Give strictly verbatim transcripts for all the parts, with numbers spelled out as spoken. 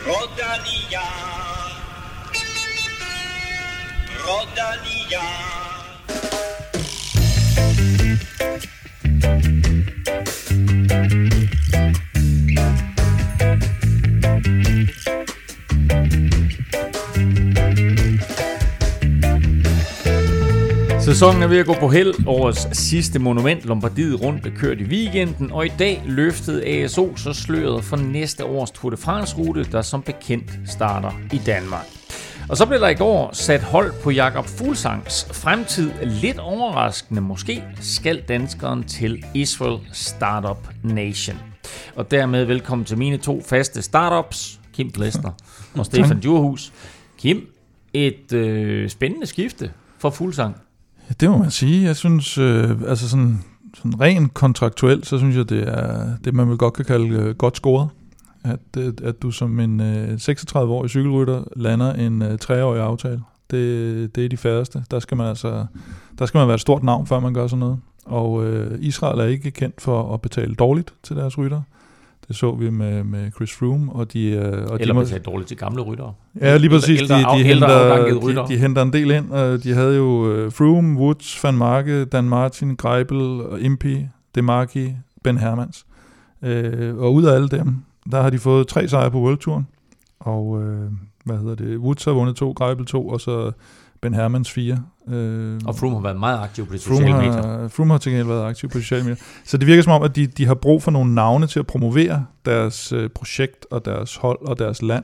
Rodalia, Rodalia. Sæsonen er ved at gå på held. Årets sidste monument, Lombardiet rundt, blev kørt i weekenden, og i dag løftede A S O så sløret for næste års Tour de France-rute, der som bekendt starter i Danmark. Og så blev der i går sat hold på Jakob Fuglsangs fremtid. Lidt overraskende måske skal danskeren til Israel Startup Nation. Og dermed velkommen til mine to faste startups, Kim Plester og Stefan Djurhus. Kim, et øh, spændende skifte for Fuglsang. Det må man sige. Jeg synes, øh, altså sådan, sådan rent kontraktuelt, så synes jeg, det er det, man vil godt kan kalde øh, godt scoret. At, at, at du som en øh, seksogtredive-årig cykelrytter lander en øh, treårig aftale. Det, det er de færreste. Der skal man altså, der skal man være et stort navn, før man gør sådan noget. Og øh, Israel er ikke kendt for at betale dårligt til deres rytter. Det så vi med, med Chris Froome. Og de, øh, og Eller de betale dårligt til gamle ryttere. Ja, lige præcis. Ældre, de, de, ældre henter, de, de henter en del ind. Og de havde jo øh, Froome, Woods, Van Marke, Dan Martin, Greipel, Impey, Demarchi, Ben Hermans. Øh, og ud af alle dem, der har de fået tre sejre på World Touren. Og øh, hvad hedder det? Woods har vundet to, Greipel to, og så Ben Hermans fire. Øh, og Froome har været meget aktiv på de Froome sociale har, medier. Froome har til gengæld været aktiv på de sociale medier. Så det virker som om, at de, de har brug for nogle navne til at promovere deres øh, projekt og deres hold og deres land,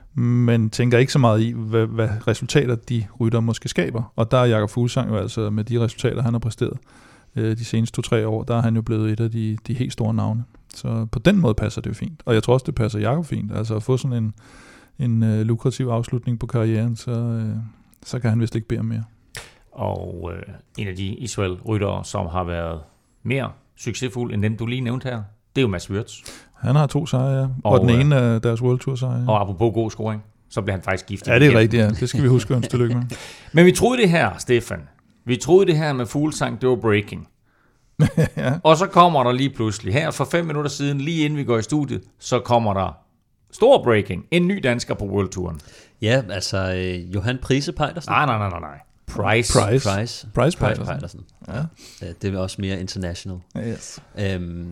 men tænker ikke så meget i, hvad, hvad resultater de rytter måske skaber. Og der er Jakob Fuglsang jo altså med de resultater, han har præsteret øh, de seneste to-tre år, der er han jo blevet et af de, de helt store navne. Så på den måde passer det jo fint. Og jeg tror også, det passer Jakob fint. Altså at få sådan en, en øh, lukrativ afslutning på karrieren, så, øh, så kan han vist ikke bede om mere. Og øh, en af de Israel-ryttere, som har været mere succesfuld end den, du lige nævnte her, det er jo Mads Wirtz. Han har to sejre, ja. Og, og den ene af deres World Tour sejre. Ja. Og apropos god scoring, så bliver han faktisk giftig. Ja, det er rigtigt, ja. Det skal vi huske at tillykke med. Men vi troede det her, Stefan. Vi troede det her med Fuglsang, det var breaking. Ja. Og så kommer der lige pludselig, her for fem minutter siden, lige inden vi går i studiet, så kommer der stor breaking. En ny dansker på World Touren. Ja, altså øh, Johan Prise Pejdersen. Nej, nej, nej, nej, nej. Price. Price. Price. Price Pejdersen. Pejdersen. Ja. Det er også mere international. Yes. Øhm,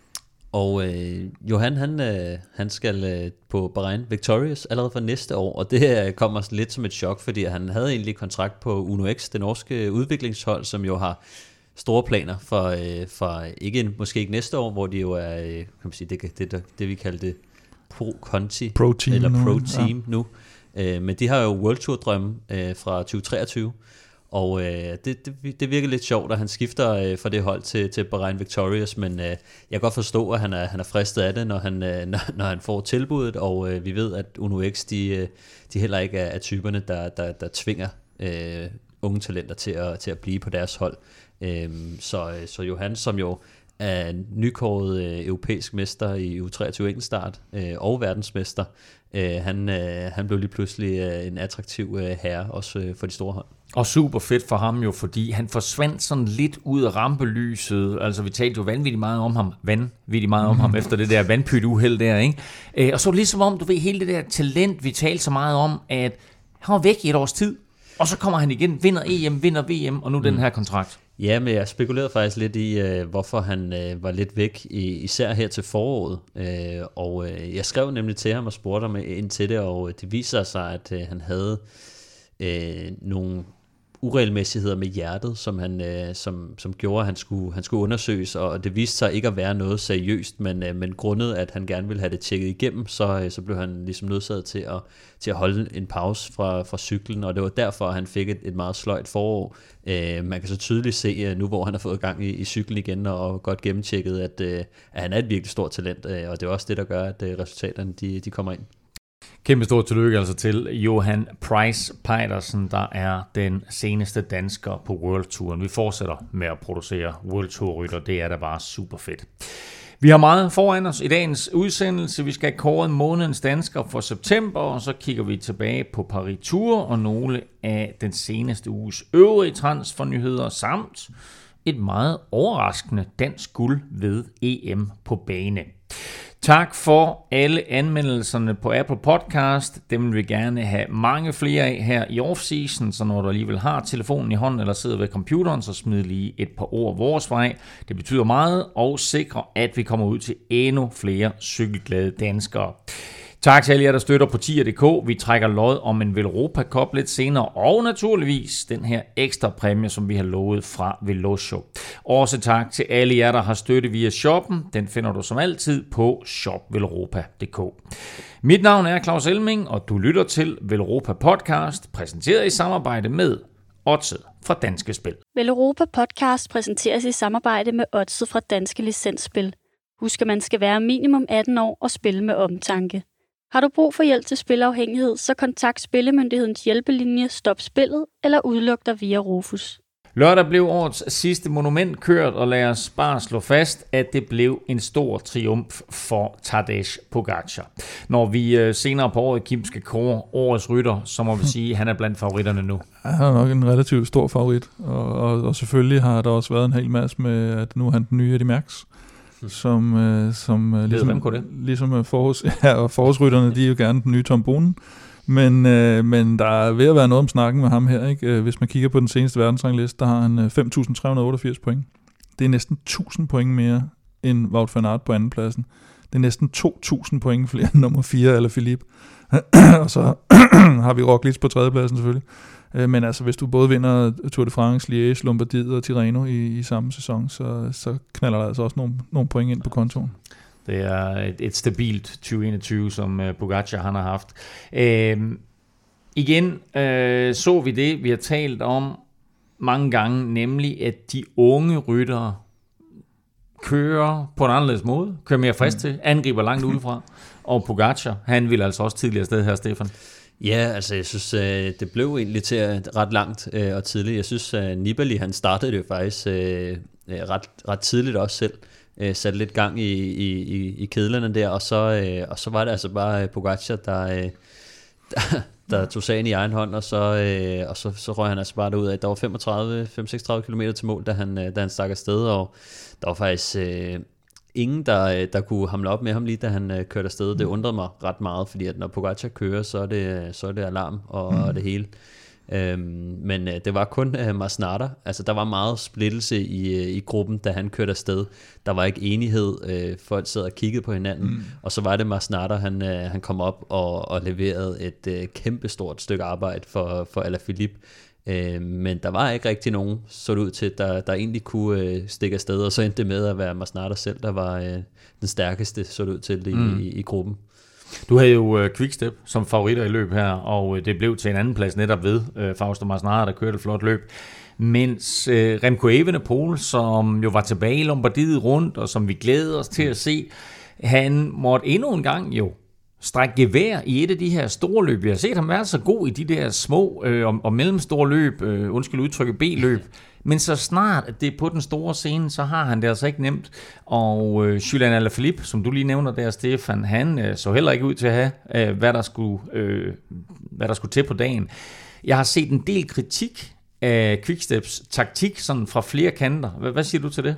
og øh, Johan, han, øh, han skal øh, på Bahrain Victorious allerede for næste år, og det øh, kommer lidt som et chok, fordi han havde egentlig kontrakt på Uno X, det norske udviklingshold, som jo har store planer for, øh, for ikke, måske ikke næste år, hvor de jo er, øh, kan man sige, det, det, det, det vi kalder det Pro-Conti, Pro Team eller nu. Pro-Team Ja. nu. Øh, men de har jo World Tour drømme øh, fra tyve treogtyve, og øh, det, det, det virker lidt sjovt, at han skifter øh, fra det hold til, til Bahrain Victorious, men øh, jeg kan godt forstå, at han er, han er fristet af det, når han, øh, når, når han får tilbuddet, og øh, vi ved, at Uno X, de, øh, de heller ikke er, er typerne, der, der, der tvinger øh, unge talenter til at, til at blive på deres hold. Øh, så, så Johan, som jo er nykåret øh, europæisk mester i U treogtyve enkeltstart øh, og verdensmester, øh, han, øh, han blev lige pludselig øh, en attraktiv øh, herre, også øh, for de store hold. Og super fedt for ham jo, fordi han forsvandt sådan lidt ud af rampelyset. Altså vi talte jo vanvittigt meget om ham, vanvittigt meget om ham efter det der vandpyt uheld der, ikke? Øh, og så ligesom om, du ved, hele det der talent, vi talte så meget om, at han var væk i et års tid, og så kommer han igen, vinder E M, vinder V M, og nu mm. den her kontrakt. Ja, men jeg spekulerede faktisk lidt i, øh, hvorfor han øh, var lidt væk, i, især her til foråret. Øh, og øh, jeg skrev nemlig til ham og spurgte ham ind til det, og det viser sig, at øh, han havde øh, nogle uregelmæssigheder med hjertet, som, han, øh, som, som gjorde, at han skulle, han skulle undersøges, og det viste sig ikke at være noget seriøst, men, øh, men grundet, at han gerne ville have det tjekket igennem, så, øh, så blev han ligesom nødsaget til at, til at holde en pause fra, fra cyklen, og det var derfor, at han fik et, et meget sløjt forår. Øh, man kan så tydeligt se, uh, nu hvor han har fået gang i, i cyklen igen, og godt gennemtjekket, at, uh, at han er et virkelig stort talent, uh, og det er også det, der gør, at uh, resultaterne de, de kommer ind. Kæmpe stort tillykke altså til Johan Price Pejdersen, der er den seneste dansker på World Touren. Vi fortsætter med at producere World Tour rytter, det er da bare super fedt. Vi har meget foran os i dagens udsendelse. Vi skal have kåret månedens dansker for september, og så kigger vi tilbage på Paris Tour og nogle af den seneste uges øvrige transfernyheder, samt et meget overraskende dansk guld ved E M på bane. Tak for alle anmeldelserne på Apple Podcast. Dem vil vi gerne have mange flere af her i off-season, så når du alligevel har telefonen i hånden eller sidder ved computeren, så smid lige et par ord vores vej. Det betyder meget og sikrer, at vi kommer ud til endnu flere cykelglade danskere. Tak til alle jer, der støtter på tier punktum d k. Vi trækker lod om en Velropa Cup lidt senere, og naturligvis den her ekstra præmie, som vi har lovet fra Velocio. Også tak til alle jer, der har støttet via shoppen. Den finder du som altid på shop velropa punktum d k. Mit navn er Claus Elming, og du lytter til Velropa Podcast, præsenteret i samarbejde med Odset fra Danske Spil. Velropa Podcast præsenteres i samarbejde med Odset fra Danske Licensspil. Husk, at man skal være minimum atten år og spille med omtanke. Har du brug for hjælp til spilafhængighed, så kontakt Spillemyndighedens hjælpelinje Stop Spillet eller udluk dig via Rufus. Lørdag blev årets sidste monument kørt, og lad os bare slå fast, at det blev en stor triumf for Tadej Pogačar. Når vi senere på året, Kim, skal kåre årets rytter, så må vi sige, at han er blandt favoritterne nu. Han er nok en relativt stor favorit, og, og, og selvfølgelig har der også været en hel masse med, at nu er han den nye Eddy Merckx. Som, øh, som øh, ligesom, ligesom forårs, ja, og forårsrytterne, de er jo gerne den nye Tom Bonen, men, øh, men der er ved at være noget om snakken med ham her, ikke? Hvis man kigger på den seneste verdensrangliste, der har han fem tusind tre hundrede og otteogfirs point. Det er næsten tusind point mere end Wout van Aert på andenpladsen. Det er næsten to tusind point flere end nummer fire, eller Philippe. Og så har vi Roglic på tredjepladsen selvfølgelig. Men altså, hvis du både vinder Tour de France, Liège, Lombardiet og Tirreno i, i samme sæson, så, så knalder der altså også nogle, nogle point ind på kontoen. Det er et, et stabilt tyve enogtyve, som uh, Pogačar han har haft. Øh, igen øh, så vi det, vi har talt om mange gange, nemlig at de unge ryttere kører på en anderledes måde, kører mere frisk til, angriber langt udefra, og Pogačar, han ville altså også tidligere sted her, Stefan. Ja, altså jeg synes, øh, det blev egentlig til ret langt øh, og tidligt. Jeg synes, at Nibali, han startede det jo faktisk øh, ret, ret tidligt også selv. Øh, satte lidt gang i, i, i kedlerne der, og så, øh, og så var det altså bare Pogačar, der, øh, der, der tog sagen i egen hånd, og så, øh, og så, så røg han altså bare derud af. Der var femogtredive til seksogtredive kilometer til mål, da han, da han stak afsted, og der var faktisk... Øh, ingen, der, der kunne hamle op med ham lige, da han øh, kørte afsted. Det undrede mig ret meget, fordi at når Pogačar kører, så er det, så er det alarm og, mm. og det hele. Øhm, men øh, det var kun øh, Masnada. Altså, der var meget splittelse i, øh, i gruppen, da han kørte afsted. Der var ikke enighed. Øh, folk sad og kiggede på hinanden. Mm. Og så var det Masnada, han, øh, han kom op og, og leverede et øh, kæmpestort stykke arbejde for, for Alaphilippe. Øh, men der var ikke rigtig nogen, så det ud til, der, der egentlig kunne øh, stikke afsted, og så endte det med at være Masnada selv, der var øh, den stærkeste, så det ud til i, mm. i, i gruppen. Du havde jo øh, Quickstep som favoritter i løb her, og øh, det blev til en anden plads netop ved øh, Fausto Masnada, der kørte et flot løb. Mens øh, Remco Evenepoel, som jo var tilbage i Lombardiet rundt, og som vi glæder os til at se, han måtte endnu en gang jo strække gevær i et af de her store løb. Vi har set ham være så god i de der små øh, og, og mellemstore løb, øh, undskyld udtrykket B-løb, men så snart at det er på den store scene, så har han det altså ikke nemt. Og øh, Julian Alaphilippe, som du lige nævner der, Stefan, han øh, så heller ikke ud til at have, øh, hvad, der skulle, øh, hvad der skulle til på dagen. Jeg har set en del kritik af Quicksteps taktik sådan fra flere kanter. Hvad, hvad siger du til det?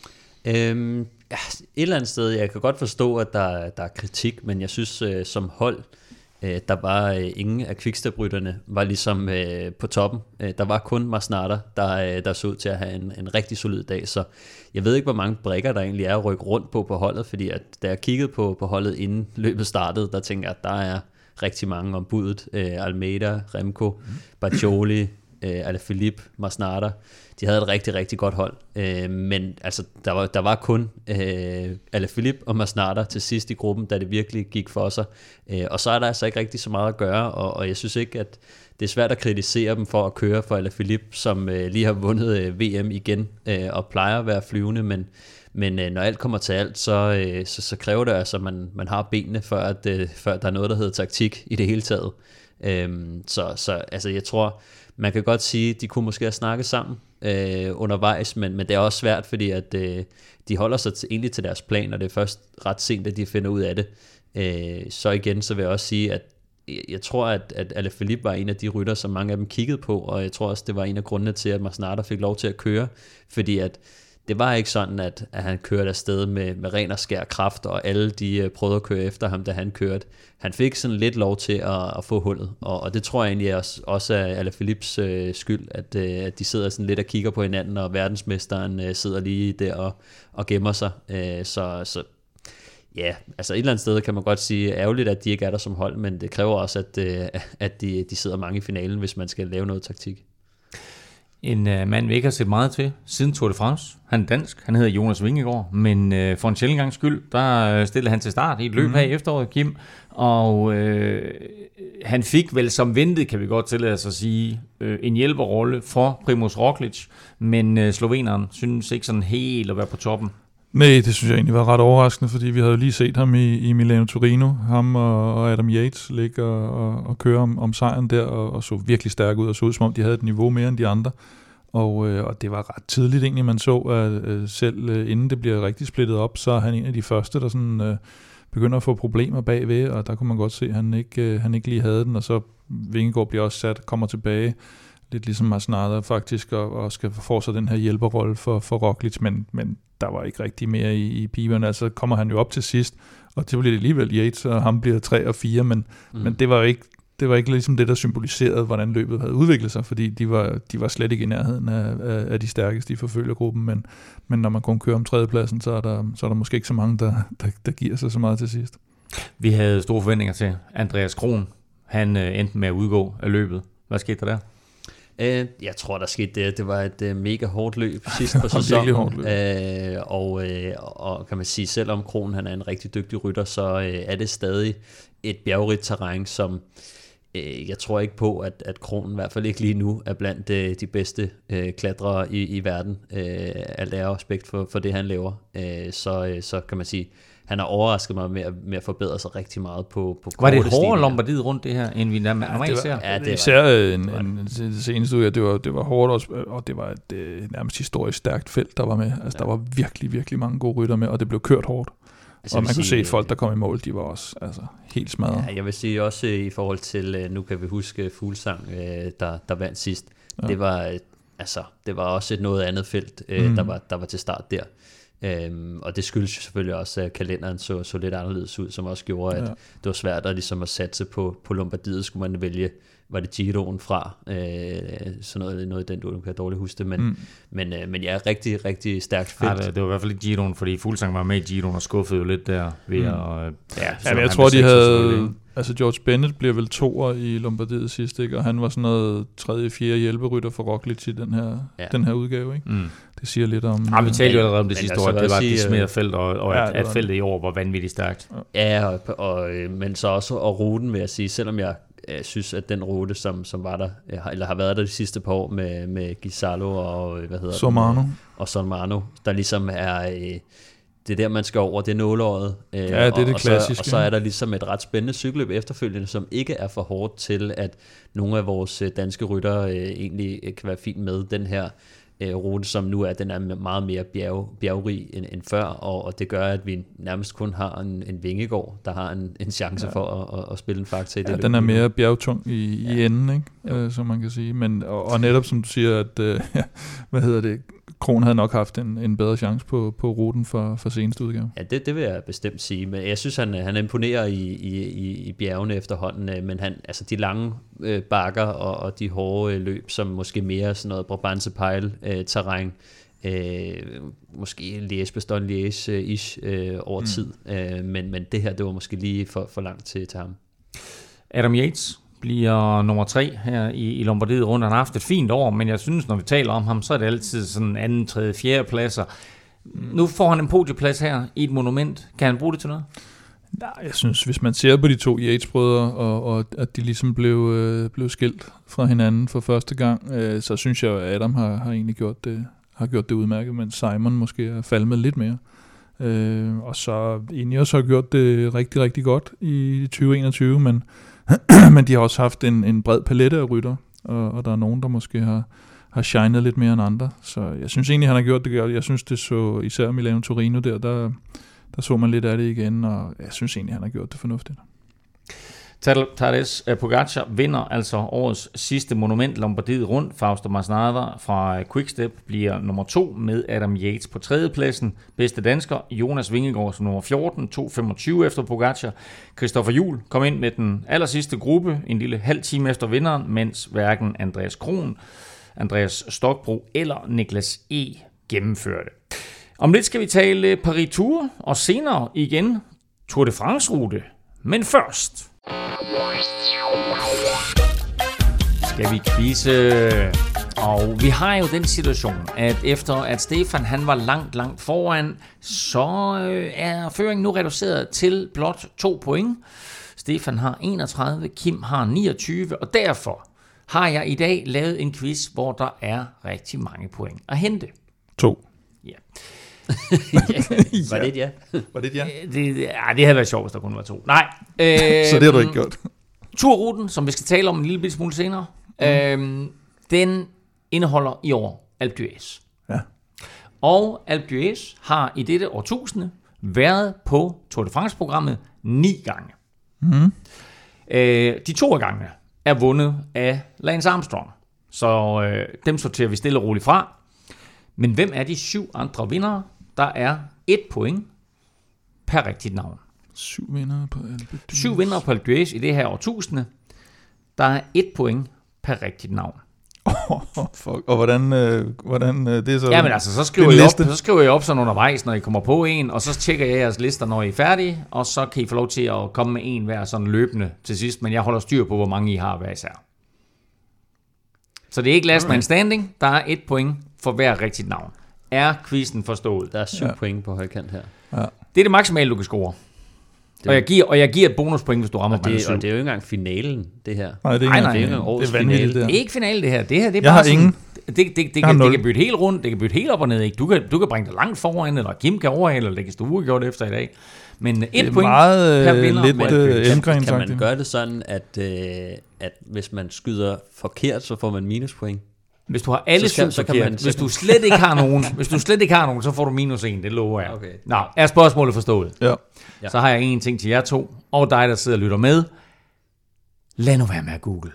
Øhm, ja, et eller andet sted, jeg kan godt forstå, at der, der er kritik, men jeg synes øh, som hold, øh, der var øh, ingen af Quickstep-rytterne var ligesom øh, på toppen. Øh, der var kun Masnada, der, øh, der så ud til at have en, en rigtig solid dag, så jeg ved ikke, hvor mange brikker der egentlig er at rykke rundt på på holdet, fordi at, da jeg kiggede på, på holdet inden løbet startede, der tænker jeg, at der er rigtig mange om budet. Øh, Almeida, Remco, Bargioli, øh, Alaphilippe, Masnada. De havde et rigtig, rigtig godt hold, øh, men altså, der, var, der var kun øh, Alaphilippe og Masnada til sidst i gruppen, da det virkelig gik for sig. Øh, og så er der altså ikke rigtig så meget at gøre, og, og jeg synes ikke, at det er svært at kritisere dem for at køre for Alaphilippe, som øh, lige har vundet øh, V M igen, øh, og plejer at være flyvende, men, men øh, når alt kommer til alt, så, øh, så, så kræver det altså, at man, man har benene, før, at, øh, før der er noget, der hedder taktik i det hele taget. Øh, så, så altså, jeg tror, man kan godt sige, at de kunne måske have snakket sammen øh, undervejs, men, men det er også svært, fordi at, øh, de holder sig til, egentlig til deres plan, og det er først ret sent, at de finder ud af det. Øh, så igen, så vil jeg også sige, at jeg, jeg tror, at, at Alaphilippe var en af de rytter, som mange af dem kiggede på, og jeg tror også, det var en af grundene til, at Masnada fik lov til at køre, fordi at det var ikke sådan, at, at han kørte afsted med, med ren og skær kraft, og alle de uh, prøvede at køre efter ham, da han kørte. Han fik sådan lidt lov til at, at få hullet, og, og det tror jeg egentlig også, også er Alaphilippes uh, skyld, at, uh, at de sidder sådan lidt og kigger på hinanden, og verdensmesteren uh, sidder lige der og, og gemmer sig. Uh, så, så ja, altså et eller andet sted kan man godt sige, ærgerligt, at de ikke er der som hold, men det kræver også, at, uh, at de, de sidder mange i finalen, hvis man skal lave noget taktik. En uh, mand, vi ikke har set meget til siden Tour de France. Han er dansk, han hedder Jonas Vingegaard, men uh, for en sjældent gangs skyld, der uh, stillede han til start i et løb mm. her i efteråret, Kim, og uh, han fik vel som ventet, kan vi godt tillade os at sige, uh, en hjælperrolle for Primož Roglič, men uh, sloveneren synes ikke sådan helt at være på toppen. Nej, det synes jeg egentlig var ret overraskende, fordi vi havde jo lige set ham i, i Milano Torino, ham og, og Adam Yates ligge og, og, og køre om, om sejren der, og, og så virkelig stærk ud, og så ud som om de havde et niveau mere end de andre. Og, øh, og det var ret tidligt egentlig, man så, at øh, selv øh, inden det bliver rigtig splittet op, så er han en af de første, der sådan, øh, begynder at få problemer bagved, og der kunne man godt se, at han ikke, øh, han ikke lige havde den, og så Vingegaard bliver også sat, kommer tilbage, lidt ligesom Masnada faktisk, og, og skal få sig den her hjælperrolle for, for Roglič, men, men der var ikke rigtig mere i, i piberne. Altså kommer han jo op til sidst, og det bliver alligevel Yates, og ham bliver tre og fire, men, mm. men det var jo ikke, det var ikke ligesom det, der symboliserede, hvordan løbet havde udviklet sig, fordi de var, de var slet ikke i nærheden af, af, af de stærkeste i forfølgergruppen, men, men når man kun kører om tredjepladsen, så er der, så er der måske ikke så mange, der, der, der giver sig så meget til sidst. Vi havde store forventninger til Andreas Kron. Han øh, endte med at udgå af løbet. Hvad skete der der? Jeg tror, der skete det. Det var et mega hårdt løb sidst på sæsonen. øh, og, øh, og kan man sige, selvom Kron han er en rigtig dygtig rytter, så øh, er det stadig et bjergrigt terræn, som øh, jeg tror ikke på, at, at Kron i hvert fald ikke lige nu er blandt øh, de bedste øh, klatrere i, i verden. Øh, alt er respekt for, for det, han laver. Øh, så, øh, så kan man sige, han har overrasket mig med at, med at forbedre sig rigtig meget på, på Var det et hårdere Lombardiet rundt det her, end vi normalt ser? Ja, det var især en, en, en seneste uge, det var, det var hårdt også, og det var et øh, nærmest historisk stærkt felt, der var med. Altså, ja. Der var virkelig, virkelig mange gode rytter med, og det blev kørt hårdt. Altså, og man kunne sige, se, at folk, der kom i mål, de var også altså, helt smadret. Ja, jeg vil sige også i forhold til, nu kan vi huske Fuglsang, der, der vandt sidst. Ja. Det var altså, det var også et noget andet felt, mm. der, var, der var til start der. Øhm, og det skyldes jo selvfølgelig også, at kalenderen så, så lidt anderledes ud, som også gjorde, at ja. det var svært at, ligesom at satse på, på Lombardiet. Skulle man vælge, var det Giroen fra, øh, sådan noget, noget i den, du kan jeg dårligt huske det, men, mm. men, øh, men ja, rigtig, rigtig stærkt felt. Ja, det, det var i hvert fald ikke Giroen, fordi Fuglsang var med i Giroen og skuffede jo lidt der ved mm. at... Ja, ja, men jeg tror, de havde... Altså George Bennett bliver vel toer i Lombardiet sidst, ikke? Og han var sådan noget tredje, fjerde hjælperytter for Roglič i den her, ja. den her udgave, ikke? Mm. Det siger lidt om... Ja, vi talte jo allerede om det sidste år, at det var et decimeret felt, og, og ja, at, at feltet i år var vanvittigt stærkt. Ja, og, og, men så også og ruten, vil jeg sige, selvom jeg jeg synes, at den rute, som, som var der, eller har været der de sidste par år med, med Gisalo og, hvad hedder Somano. det? Og Somano, der ligesom er... Det er der, man skal over, det er nåleåret. Ja, det er det og, klassiske. Og så, og så er der ligesom et ret spændende cykelløb efterfølgende, som ikke er for hårdt til, at nogle af vores danske ryttere øh, egentlig kan være fint med den her øh, rute, som nu er, den er meget mere bjerg, bjergrig end, end før, og, og det gør, at vi nærmest kun har en, en Vingegaard, der har en, en chance ja. for at, at, at spille en faktor i det ja, løb. Den er mere bjergtung i, ja. i enden, ikke? Øh, som man kan sige. Men, og, og netop som du siger, at øh, hvad hedder det, Kron havde nok haft en, en bedre chance på, på ruten for, for seneste udgave. Ja, det, det vil jeg bestemt sige. Men jeg synes, han, han imponerer i, i, i bjergene efterhånden, men han, altså de lange øh, bakker og, og de hårde øh, løb, som måske mere sådan noget Brabantse-pejl-terræn, øh, måske Liège-Bastogne-Liège-ish øh, over mm. tid. Øh, men, men det her, det var måske lige for, for langt til, til ham. Adam Yates bliver nummer tre her i, i Lombardiet rundt. Han har haft et fint år, men jeg synes, når vi taler om ham, så er det altid sådan anden, tredje, fjerde pladser. Nu får han en podieplads her i et monument. Kan han bruge det til noget? Nej, jeg synes, hvis man ser på de to Yates-brødre, og, og at de ligesom blev, øh, blev skilt fra hinanden for første gang, øh, så synes jeg, at Adam har, har egentlig gjort det, har gjort det udmærket, men Simon måske er falmet lidt mere. Øh, og så Ineos har gjort det rigtig, rigtig godt i tyve enogtyve, men men de har også haft en, en bred palette af rytter, og, og der er nogen, der måske har, har shined lidt mere end andre. Så jeg synes egentlig, han har gjort det godt. Jeg synes, det så især Milano Torino der, der, der så man lidt af det igen, og jeg synes egentlig, han har gjort det fornuftigt. Tadej Pogačar vinder altså årets sidste monument, Lombardiet rundt. Fausto Masnada fra Quickstep bliver nummer to med Adam Yates på tredjepladsen. Bedste dansker, Jonas Vingegaard som nummer fjorten, to femogtyve efter Pogačar. Christopher Juhl kom ind med den aller sidste gruppe, en lille halv time efter vinderen, mens hverken Andreas Kron, Andreas Stokbro eller Niklas E. gennemførte. Om lidt skal vi tale Paris-Tours, og senere igen Tour de France-rute. Men først skal vi quizze. Og vi har jo den situation, at efter at Stefan han var langt, langt foran, så er føringen nu reduceret til blot to point. Stefan har enogtredive, Kim har niogtyve, og derfor har jeg i dag lavet en quiz, hvor der er rigtig mange point at hente. To. Ja. ja. Var det et ja? Var det et ja? Det, ja, det havde været sjovt, hvis der kun var to. Nej. Øh, så det har du ikke gjort. Turruten, som vi skal tale om en lille smule senere, mm. øh, den indeholder i år Alpe d'Huez. Ja. Og Alpe d'Huez har i dette årtusinde været på Tour de France-programmet ni gange. Mm. Øh, de to af gangene er vundet af Lance Armstrong. Så øh, dem sorterer vi stille og roligt fra. Men hvem er de syv andre vindere? Der er et point per rigtigt navn. Syv vindere på Alpe d'Huez. Syv vindere på Alpe d'Huez i det her årtusinde. Der er et point per rigtigt navn. Oh, fuck. Og hvordan, øh, hvordan øh, det er så... Jamen altså, så skriver, I op, så skriver jeg op sådan undervejs, når I kommer på en, og så tjekker jeg jeres lister, når I er færdige, og så kan I få lov til at komme med en hver sådan løbende til sidst, men jeg holder styr på, hvor mange I har hver især. Så det er ikke last man standing, der er et point for hver rigtigt navn. Er quizzen forstået? Der er syv ja. point på højkant her. Ja. Det er det maksimale, du kan score. Og jeg, giver, og jeg giver et bonuspoint, hvis du rammer og det, og det er jo ikke engang finalen, det her. Nej, det er ikke nej, nej, det er det er vanvittigt, det er ikke finale, det her. Det her, det er jeg bare har sådan, ingen. Det, det, det, det, kan, det kan bytte helt rundt, det kan bytte helt op og ned. Ikke? Du, kan, du kan bringe dig langt foran, eller Kim kan overhale, eller det kan Stue gjort efter i dag. Men et point meget, per vinder. Lidt, men, øh, kan, kan, kan man gøre det sådan, at, øh, at hvis man skyder forkert, så får man minuspoint? Hvis du har alle syv forkert, hvis du slet ikke har nogen, hvis du slet ikke har nogen, så får du minus en, det lover jeg. Okay. Nå, er spørgsmålet forstået? Ja. Så har jeg en ting til jer to, og dig, der sidder og lytter med. Lad nu være med at google.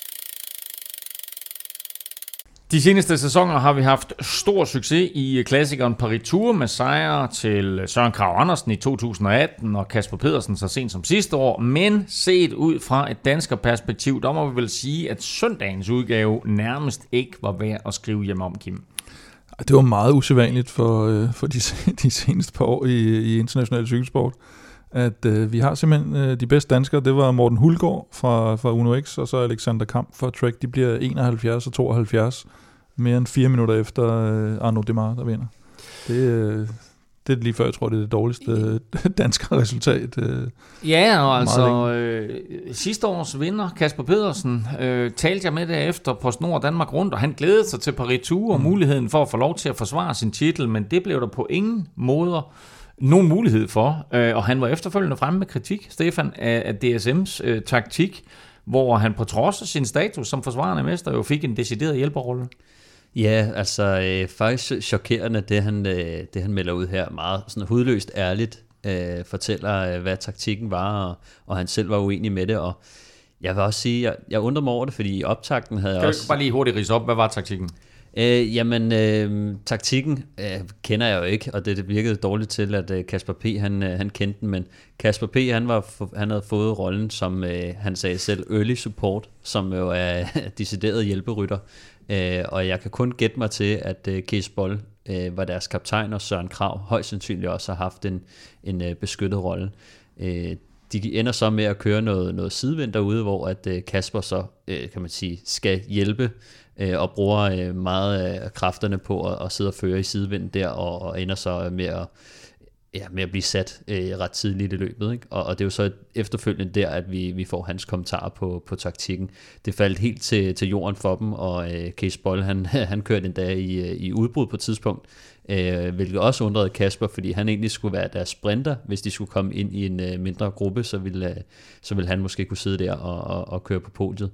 De seneste sæsoner har vi haft stor succes i klassikeren Paris-Tours med sejre til Søren Kragh Andersen i to tusind og atten og Kasper Pedersen så sent som sidste år. Men set ud fra et dansker perspektiv, der må vi vel sige, at søndagens udgave nærmest ikke var værd at skrive hjem om, Kim. Det var meget usædvanligt for, for de, de seneste par år i, i international cykelsport. At øh, vi har simpelthen øh, de bedste danskere. Det var Morten Hulgaard fra, fra Uno X, og så Alexander Kamp fra Trek. De bliver enoghalvfjerds og tooghalvfjerds, mere end fire minutter efter øh, Arnaud Démare, der vinder. Det, øh, det er lige før, jeg tror, det er det dårligste øh, danske resultat. Øh, ja, og altså øh, sidste års vinder, Kasper Pedersen, øh, talte jeg med derefter på Snor Danmark rundt, og han glædede sig til Paris-Tours og mm. muligheden for at få lov til at forsvare sin titel, men det blev der på ingen måder nogen mulighed for, og han var efterfølgende fremme med kritik, Stefan, af D S M's øh, taktik, hvor han på trods af sin status som forsvarende mester jo fik en decideret hjælperrolle. Ja, altså øh, faktisk chokerende, det han, øh, det han melder ud her, meget sådan hudløst ærligt, øh, fortæller, øh, hvad taktikken var, og, og han selv var uenig med det, og jeg vil også sige, jeg, jeg undrer mig over det, fordi i optakten havde jeg kan også... Kan du bare lige hurtigt ridse op, hvad var taktikken? Øh, jamen, øh, taktikken øh, kender jeg jo ikke, og det, det virkede dårligt til, at øh, Kasper P. Han, øh, han kendte den, men Kasper P. Han, var, han havde fået rollen som, øh, han sagde selv, early support, som jo er decideret hjælperytter, øh, og jeg kan kun gætte mig til, at øh, Cees Bol øh, var deres kaptajn, og Søren Kragh højst sandsynligt også har haft en, en øh, beskyttet rolle. Øh, de ender så med at køre noget, noget sidevind derude, hvor at øh, Kasper så, øh, kan man sige, skal hjælpe, og bruger meget af kræfterne på at, at sidde og føre i sidevinden der, og, og ender så med at, ja, med at blive sat øh, ret tidligt i løbet. Ikke? Og, og det er jo så efterfølgende der, at vi, vi får hans kommentarer på, på taktikken. Det faldt helt til, til jorden for dem, og øh, Cees Bol, han, han kørte endda i, i udbrud på et tidspunkt, øh, hvilket også undrede Kasper, fordi han egentlig skulle være deres sprinter. Hvis de skulle komme ind i en øh, mindre gruppe, så ville, øh, så ville han måske kunne sidde der og, og, og køre på podiet.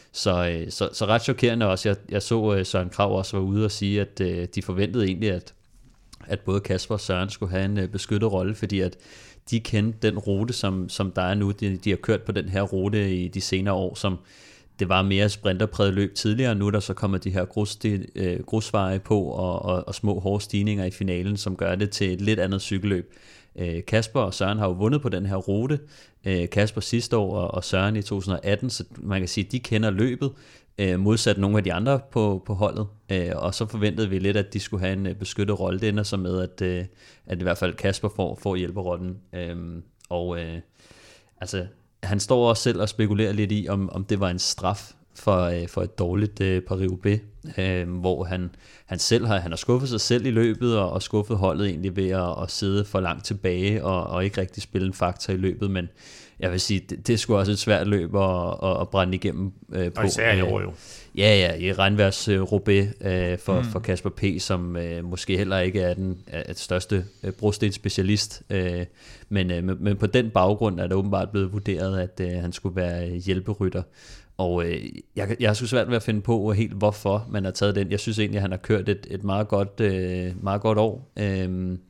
Så, så, så ret chokerende også. Jeg, jeg så Søren Kragh også var ude og sige, at uh, de forventede egentlig, at, at både Kasper og Søren skulle have en uh, beskyttet rolle, fordi at de kendte den rute, som, som der er nu. De, de har kørt på den her rute i de senere år, som det var mere sprinterpræget løb tidligere. Nu er der så kommer de her grussti, øh, grusveje på og, og, og små hårde stigninger i finalen, som gør det til et lidt andet cykelløb. Øh, Kasper og Søren har jo vundet på den her rute. Øh, Kasper sidste år og, og Søren i to tusind og atten, så man kan sige, at de kender løbet, øh, modsat nogle af de andre på, på holdet. Øh, og så forventede vi lidt, at de skulle have en øh, beskyttet rolle. Det ender så med, at, øh, at i hvert fald Kasper får, får hjælperrollen. Øh, og øh, altså... Han står også selv og spekulerer lidt i, om, om det var en straf for, øh, for et dårligt øh, Paris-Roubaix, øh, hvor han, han selv har, han har skuffet sig selv i løbet, og, og skuffet holdet egentlig ved at, at sidde for langt tilbage, og, og ikke rigtig spille en faktor i løbet, men jeg vil sige, det, det er sgu også et svært løb at, at, at brænde igennem øh, på. Og især i år jo. Ja, ja, i regnværs uh, Roubaix uh, for, mm. for Kasper P., som uh, måske heller ikke er den er et største uh, brostenspecialist, uh, men, uh, men på den baggrund er det åbenbart blevet vurderet, at uh, han skulle være hjælperytter. Og uh, jeg, jeg har sgu svært ved at finde på helt, hvorfor man har taget den. Jeg synes egentlig, at han har kørt et, et meget, godt, uh, meget godt år. Uh,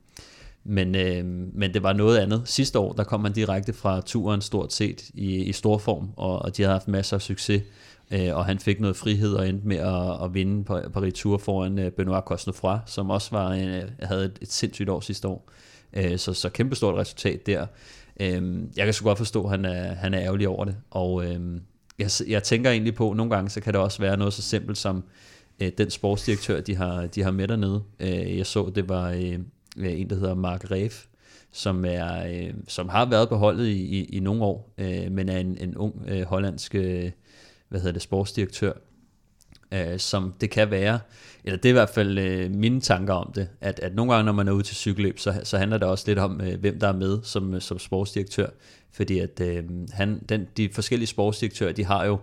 Men, øh, men det var noget andet. Sidste år, der kom han direkte fra turen stort set i, i stor form, og, og de havde haft masser af succes, øh, og han fik noget frihed og endte med at, at vinde på Paris Tour foran øh, Benoît Cosnefroy, som også var, øh, havde et, et sindssygt år sidste år. Øh, så, så kæmpestort resultat der. Øh, jeg kan sgu godt forstå, at han er, han er ærgerlig over det, og øh, jeg, jeg tænker egentlig på, at nogle gange så kan det også være noget så simpelt som øh, den sportsdirektør, de har, de har med dernede. Øh, jeg så, det var... Øh, en, der hedder Mark Reef, som, er, øh, som har været på holdet i, i, i nogle år, øh, men er en, en ung øh, hollandsk øh, hvad hedder det, sportsdirektør, øh, som det kan være, eller det er i hvert fald øh, mine tanker om det, at, at nogle gange, når man er ude til cykelløb, så, så handler det også lidt om, øh, hvem der er med som, som sportsdirektør, fordi at øh, han, den, de forskellige sportsdirektører, de har jo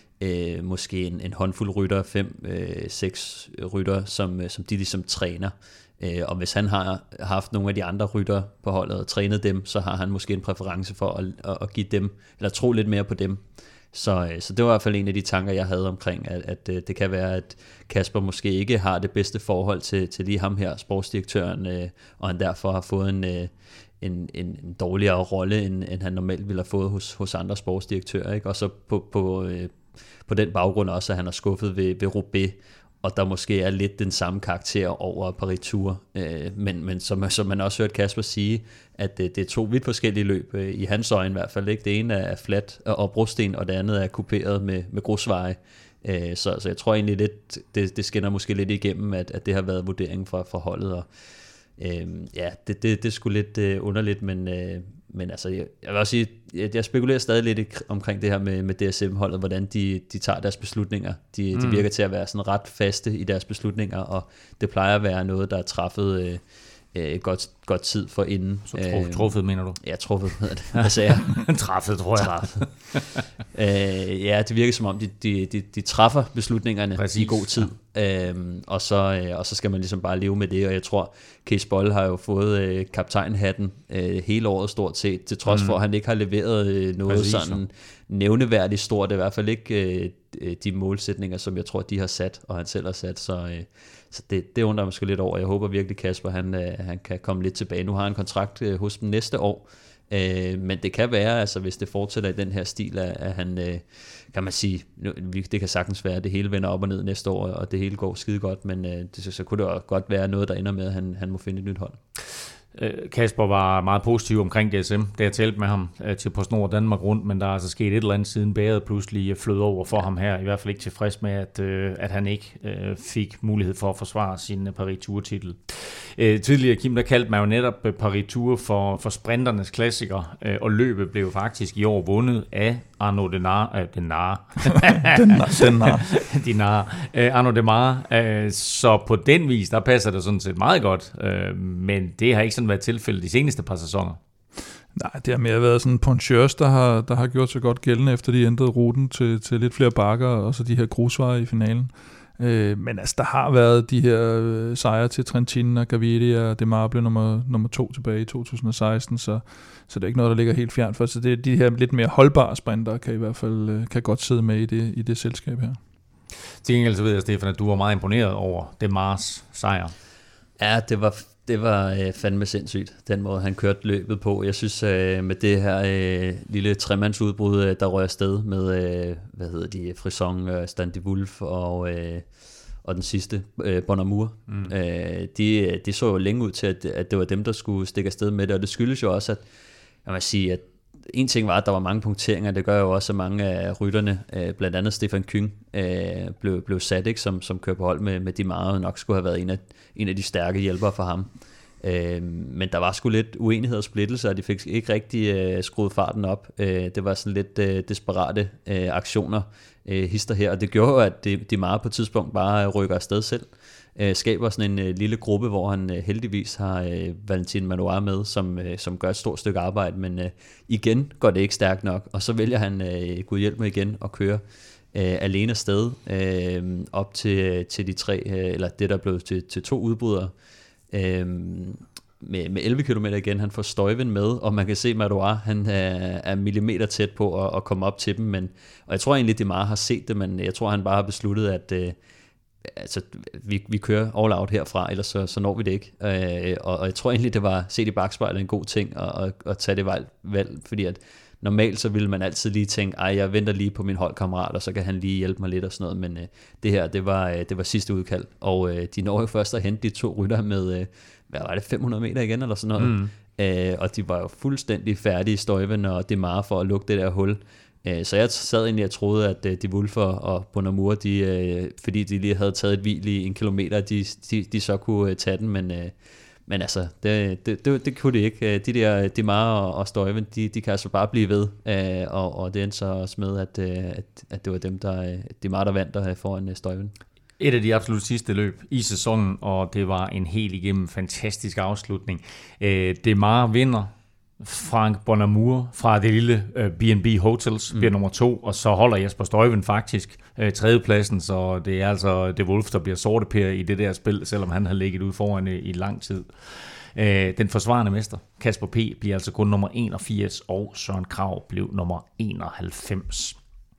øh, måske en, en håndfuld rytter, fem, øh, seks rytter, som, som de ligesom træner. Og hvis han har haft nogle af de andre rytter på holdet og trænet dem, så har han måske en præference for at, at give dem, eller tro lidt mere på dem. Så, så det var i hvert fald en af de tanker, jeg havde omkring, at, at det kan være, at Kasper måske ikke har det bedste forhold til, til lige ham her, sportsdirektøren, og han derfor har fået en, en, en, en dårligere rolle, end, end han normalt ville have fået hos, hos andre sportsdirektører. Ikke? Og så på, på, på den baggrund også, at han har skuffet ved, ved Roubaix, og der måske er lidt den samme karakter over Paris Tour, øh, men, men som, som man også hørt Kasper sige, at det, det er to vidt forskellige løb, øh, i hans øjne i hvert fald. Ikke? Det ene er flat og brosten, og det andet er kuperet med, med grusveje. Øh, så, så jeg tror egentlig lidt, det, det skinner måske lidt igennem, at, at det har været vurderingen fra, fra holdet. Og, øh, ja, det, det, det er sgu lidt øh, underligt, men... Øh, Men altså, jeg, jeg vil også sige, jeg, jeg spekulerer stadig lidt omkring det her med, med D S M-holdet, hvordan de, de tager deres beslutninger. De, mm. de virker til at være sådan ret faste i deres beslutninger, og det plejer at være noget, der er træffet øh, øh, godt, godt tid for inden. Så tro, truffet, mener du? Ja, truffet hedder det. Hvad sagde jeg? Træffet, tror jeg. Træffet. øh, ja, det virker som om, de, de, de, de træffer beslutningerne Præcis. i god tid. Ja. Øhm, og, så, øh, og så skal man ligesom bare leve med det, og jeg tror, Cees Bol har jo fået øh, kaptajnhatten øh, hele året stort set, til trods mm. for, at han ikke har leveret øh, noget Præcis. sådan nævneværdigt stort, i hvert fald ikke øh, de målsætninger, som jeg tror, de har sat, og han selv har sat, så, øh, så det, det undrer mig sgu lidt over. Jeg håber virkelig, Kasper, han, øh, han kan komme lidt tilbage. Nu har han en kontrakt øh, hos dem næste år, øh, men det kan være, altså hvis det fortsætter i den her stil, at, at han, øh, kan man sige, det kan sagtens være, at det hele vender op og ned næste år, og det hele går skide godt, men øh, det, så, så kunne det også godt være noget, der ender med, at han, han må finde et nyt hold. Kasper var meget positiv omkring D S M, da jeg talte med ham til PostNord Danmark rundt, men der er altså sket et eller andet siden bæret pludselig flød over for ja. ham her. I hvert fald ikke tilfreds med, at, at han ikke fik mulighed for at forsvare sin Paris Tour-titel. Tidligere, Kim, der kaldte man jo netop Paris Tour for, for sprinternes klassiker, og løbet blev faktisk i år vundet af Arnaud Denard. Øh, Denard. Denard. Denard. Arnaud Denard. Så på den vis, der passer det sådan set meget godt, men det har ikke sådan været tilfældet de seneste par sæsoner. Nej, det har mere været sådan Ponchers, der har, der har gjort sig godt gældende, efter de ændrede ruten til, til lidt flere bakker, og så de her grusveje i finalen. Øh, men altså, der har været de her øh, sejre til Trentin og Gaviria, og Demar blev nummer, nummer to tilbage i to tusind og seksten, så, så det er ikke noget, der ligger helt fjern for. Så det er de her lidt mere holdbare sprinter, kan i hvert fald øh, kan godt sidde med i det, i det selskab her. Til gengæld så ved jeg, Stefan, at du var meget imponeret over Demars sejr. Ja, det var, Det var øh, fandme sindssygt, den måde han kørte løbet på. Jeg synes øh, med det her øh, lille tremandsudbrud, øh, der røg afsted med, øh, hvad hedder de, Frisson, øh, Stan de Wulf og, øh, og den sidste, øh, Bonamur. Mm. Øh, de, de så jo længe ud til, at, at det var dem, der skulle stikke afsted med det, og det skyldes jo også, at jeg må sige, at en ting var, at der var mange punkteringer, det gør jo også, at mange af rytterne, øh, blandt andet Stefan Küng, øh, blev, blev sat, ikke, som, som kører på hold med, med de meget, nok skulle have været en af, en af de stærke hjælpere for ham. Øh, men der var sgu lidt uenighed og splittelse, og de fik ikke rigtig øh, skruet farten op. Øh, det var sådan lidt øh, desperate øh, aktioner, øh, hister her, og det gjorde jo, at de, de meget på et tidspunkt bare rykker afsted selv. Øh, skaber sådan en øh, lille gruppe, hvor han øh, heldigvis har øh, Valentin Manoir med, som, øh, som gør et stort stykke arbejde, men øh, igen går det ikke stærkt nok, og så vælger han øh, Gud hjælp mig igen og køre øh, alene afsted øh, op til, til de tre, øh, eller det der blev til, til to udbrydere, øh, med, med elleve kilometer igen. Han får Stuyven med, og man kan se Manoir, han er, er millimeter tæt på at, at komme op til dem, men, og jeg tror egentlig, det meget har set det, men jeg tror, han bare har besluttet, at øh, altså, vi, vi kører all out herfra, ellers så, så når vi det ikke. Øh, og, og jeg tror egentlig, det var set i bakspejlet en god ting at, at, at tage det valg, valg, fordi at normalt så ville man altid lige tænke, ej, jeg venter lige på min holdkammerat, og så kan han lige hjælpe mig lidt og sådan noget, men øh, det her, det var, øh, det var sidste udkald, og øh, de når jo først at hente de to rytter med, øh, hvad var det, fem hundrede meter igen, eller sådan noget, mm. øh, og de var jo fuldstændig færdige, Stuyven og Demare, for at lukke det der hul. Så jeg sad egentlig og troede, at de Wulfer og Bonamur, de, fordi de lige havde taget et hvil i en kilometer, de, de, de så kunne tage den, men, men altså, det, det, det, det kunne de ikke. De der Demare og Stuyven, de, de kan altså bare blive ved, og, og det endte så også med, at, at, at det var dem, der, Demare, der vandt der foran Stuyven. Et af de absolut sidste løb i sæsonen, og det var en helt igennem fantastisk afslutning. Demare vinder. Frank Bonamur fra det lille uh, B and B Hotels bliver mm. nummer to, og så holder Jesper Stuyven faktisk uh, tredjepladsen, så det er altså De Wulf, der bliver sorteper i det der spil, selvom han har ligget ude foran i, i lang tid. Uh, den forsvarende mester, Kasper P., bliver altså kun nummer enogfirs, og Søren Kragh blev nummer enoghalvfems.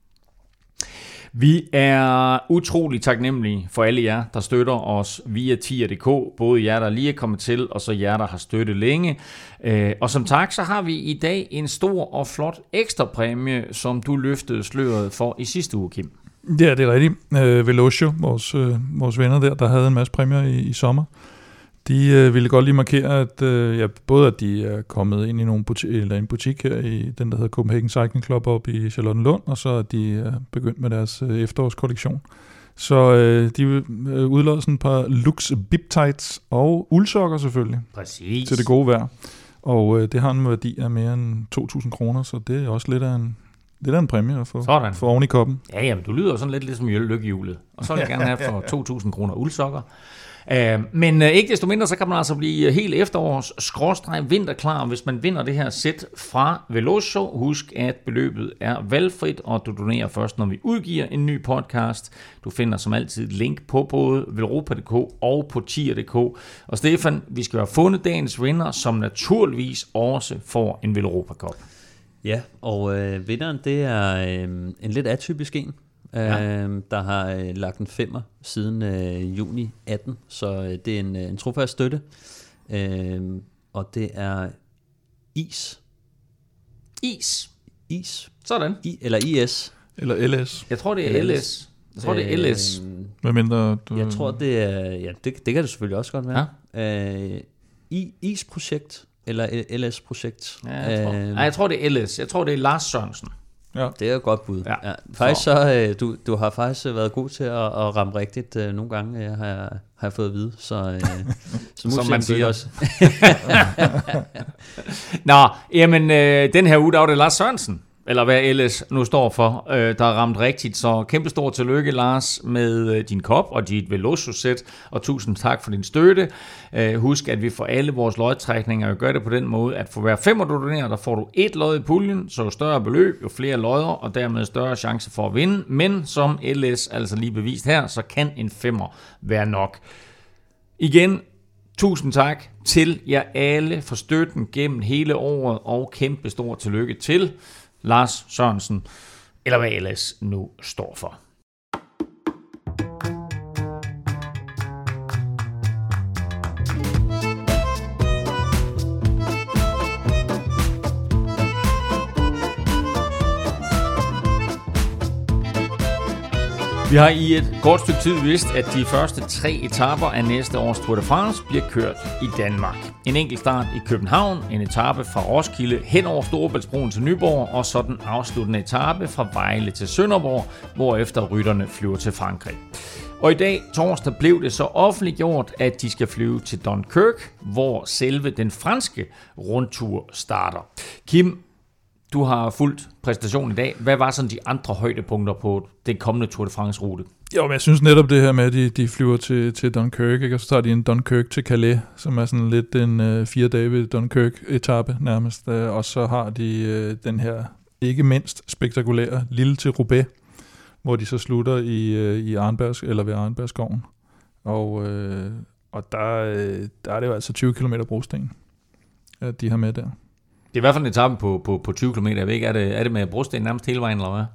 Vi er utrolig taknemmelige for alle jer, der støtter os via tier punktum d k, både jer, der lige er kommet til, og så jer, der har støttet længe. Og som tak, så har vi i dag en stor og flot ekstra præmie, som du løftede sløret for i sidste uge, Kim. Ja, det er rigtigt. Velocio, vores, vores venner der, der havde en masse præmier i, i sommer, de øh, ville godt lige markere, at øh, ja, både at de er kommet ind i nogle butik, eller en butik her i den, der hedder Copenhagen Cycling Club op i Charlottenlund, og så at de er begyndt med deres øh, efterårskollektion. Så øh, de øh, udlader sådan et par Lux Bip Tights og uldsokker selvfølgelig. Præcis. Til det gode vejr. Og øh, det har en værdi af mere end to tusind kroner, så det er også lidt af en, lidt af en præmie at få, få oven i koppen. Ja, jamen, du lyder sådan lidt ligesom lykkehjulet. Og så vil jeg gerne have for to tusind kroner uldsokker. Uh, men uh, ikke desto mindre, så kan man altså blive helt efterårs skråstreg vinterklar, hvis man vinder det her sæt fra Velocio. Husk, at beløbet er valgfrit, og du donerer først, når vi udgiver en ny podcast. Du finder som altid et link på både velropa punktum d k og på tier punktum d k. Og Stefan, vi skal have fundet dagens vinder, som naturligvis også får en Velropa Cup. Ja, og øh, vinderen, det er øh, en lidt atypisk en. Ja. Øh, der har øh, lagt en femmer siden øh, juni atten, så øh, det er en, en trofast støtte, øh, og det er Is. Is. Is. Sådan. I, eller I S. Eller L S. Jeg tror, det er L S. Jeg tror, det er L S. Hvad mindre du... Jeg tror, det er... Ja, det, det kan det selvfølgelig også godt være. Ja. Øh, I, Is-projekt, eller L S-projekt. Ja, jeg, tror. Øh, Nej, jeg tror, det er L S. Jeg tror, det er Lars Sørensen. Ja. Det er et godt bud. Ja. Ja. Faktisk så, øh, du, du har faktisk været god til at, at ramme rigtigt øh, nogle gange, øh, har, jeg, har jeg fået at vide. Så, øh, så som man siger også. Nå, jamen øh, den her uge, der var det Lars Sørensen, eller hvad L S nu står for, øh, der har ramt rigtigt. Så kæmpe stor tillykke, Lars, med øh, din kop og dit Velocio-sæt, og tusind tak for din støtte. Øh, husk, at vi får alle vores lodtrækninger gør det på den måde, at for hver femmer du donerer, der får du et lod i puljen, så jo større beløb, jo flere lodder, og dermed større chance for at vinde. Men som L S altså lige bevist her, så kan en femmer være nok. Igen, tusind tak til jer alle for støtten gennem hele året, og kæmpe stor tillykke til Lars Sørensen, eller hvad L S nu står for. Vi har i et kort stykke tid vidst, at de første tre etaper af næste års Tour de France bliver kørt i Danmark. En enkelt start i København, en etape fra Roskilde hen over Storebæltsbroen til Nyborg, og så den afsluttende etape fra Vejle til Sønderborg, hvorefter rytterne flyver til Frankrig. Og i dag, torsdag, blev det så offentliggjort, at de skal flyve til Dunkirk, hvor selve den franske rundtur starter. Kim, du har fulgt præstationen i dag. Hvad var sådan de andre højdepunkter på den kommende Tour de France-rute? Jo, men jeg synes netop det her med, at de, de flyver til, til Dunkirk, ikke? Og så tager de en Dunkirk til Calais, som er sådan lidt en uh, fire dage ved Dunkirk-etape nærmest. Uh, og så har de uh, den her ikke mindst spektakulære Lille til Roubaix, hvor de så slutter i, uh, i Arnberg, eller ved Arnbergskoven. Og, uh, og der, uh, der er det jo altså tyve kilometer brosten, at de har med der. Det er i hvert fald en etape på, på, på tyve kilometer. Jeg ved ikke, er det, er det med brosten nærmest hele vejen, eller hvad?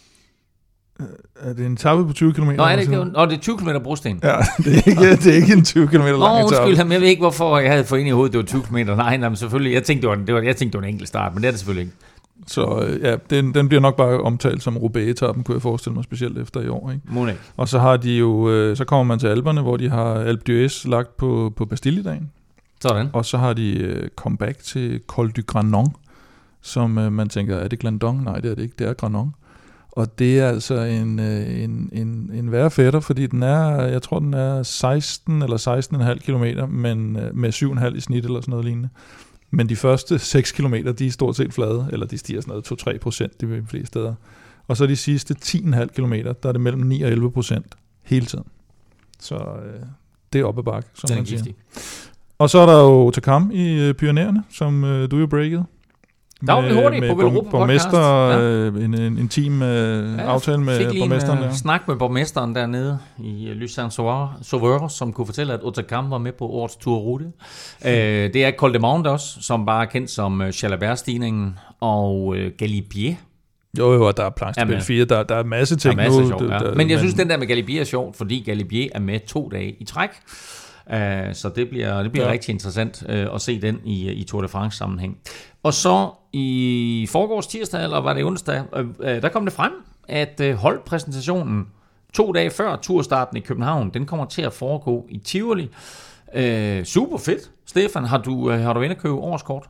Er det en etape på tyve kilometer? Nå, er det ikke? Nå, det er tyve kilometer brosten. Ja, det er ikke, det er ikke en tyve kilometer lang etape. Nå, undskyld, jeg ved ikke, hvorfor jeg havde fået ind i hovedet, det var tyve kilometer. Nej, nej, men selvfølgelig. Jeg tænkte, det var, det var, jeg tænkte, det var en enkelt start, men det er det selvfølgelig ikke. Så ja, den, den bliver nok bare omtalt som Roubaix-etappen, kunne jeg forestille mig, specielt efter i år. Ikke? Må ikke. Og så har de jo, så kommer man til Alperne, hvor de har Alpe d'Huez lagt på, på Bastilledagen. Sådan. Og så har de uh, comeback til Col du Granon, som uh, man tænker, er det Glandon? Nej, det er det ikke, det er Granon. Og det er altså en, en, en, en værre fætter, fordi den er, jeg tror, den er seksten eller seksten komma fem kilometer, men med syv komma fem i snit eller sådan noget lignende. Men de første seks kilometer, de er stort set flade, eller de stiger sådan noget to til tre procent de fleste steder. Og så de sidste ti komma fem kilometer, der er det mellem ni og elleve procent hele tiden. Så øh, det er op ad bakke, som man siger. Giftig. Og så er der jo Otakam i øh, Pyrenæerne, som øh, du jo breakede. Der var vi hurtigt på Velropa Podcast. Ja. En, en intim øh, ja, aftale med borgmesteren der. Fik snak med borgmesteren dernede i Lys-Saint-Sauveur, som kunne fortælle, at Otakam var med på årets Tour-rute. Mm. Øh, det er Col de Mount også, som bare er kendt som Chalabert-stigningen, og øh, Galibier. Jo, jo, og der er planche fire, der, der er masse ting der er masse nu. Sjov, ja. der, men jeg synes, den der med Galibier er sjovt, fordi Galibier er med to dage i træk. Uh, så det bliver, det bliver ja. rigtig interessant uh, at se den i, i Tour de France sammenhæng. Og så i forgårs tirsdag, eller var det onsdag, uh, uh, der kom det frem, at uh, holdpræsentationen to dage før turstarten i København, den kommer til at foregå i Tivoli. Uh, super fedt. Stefan, har du, uh, har du inde at købe årskort?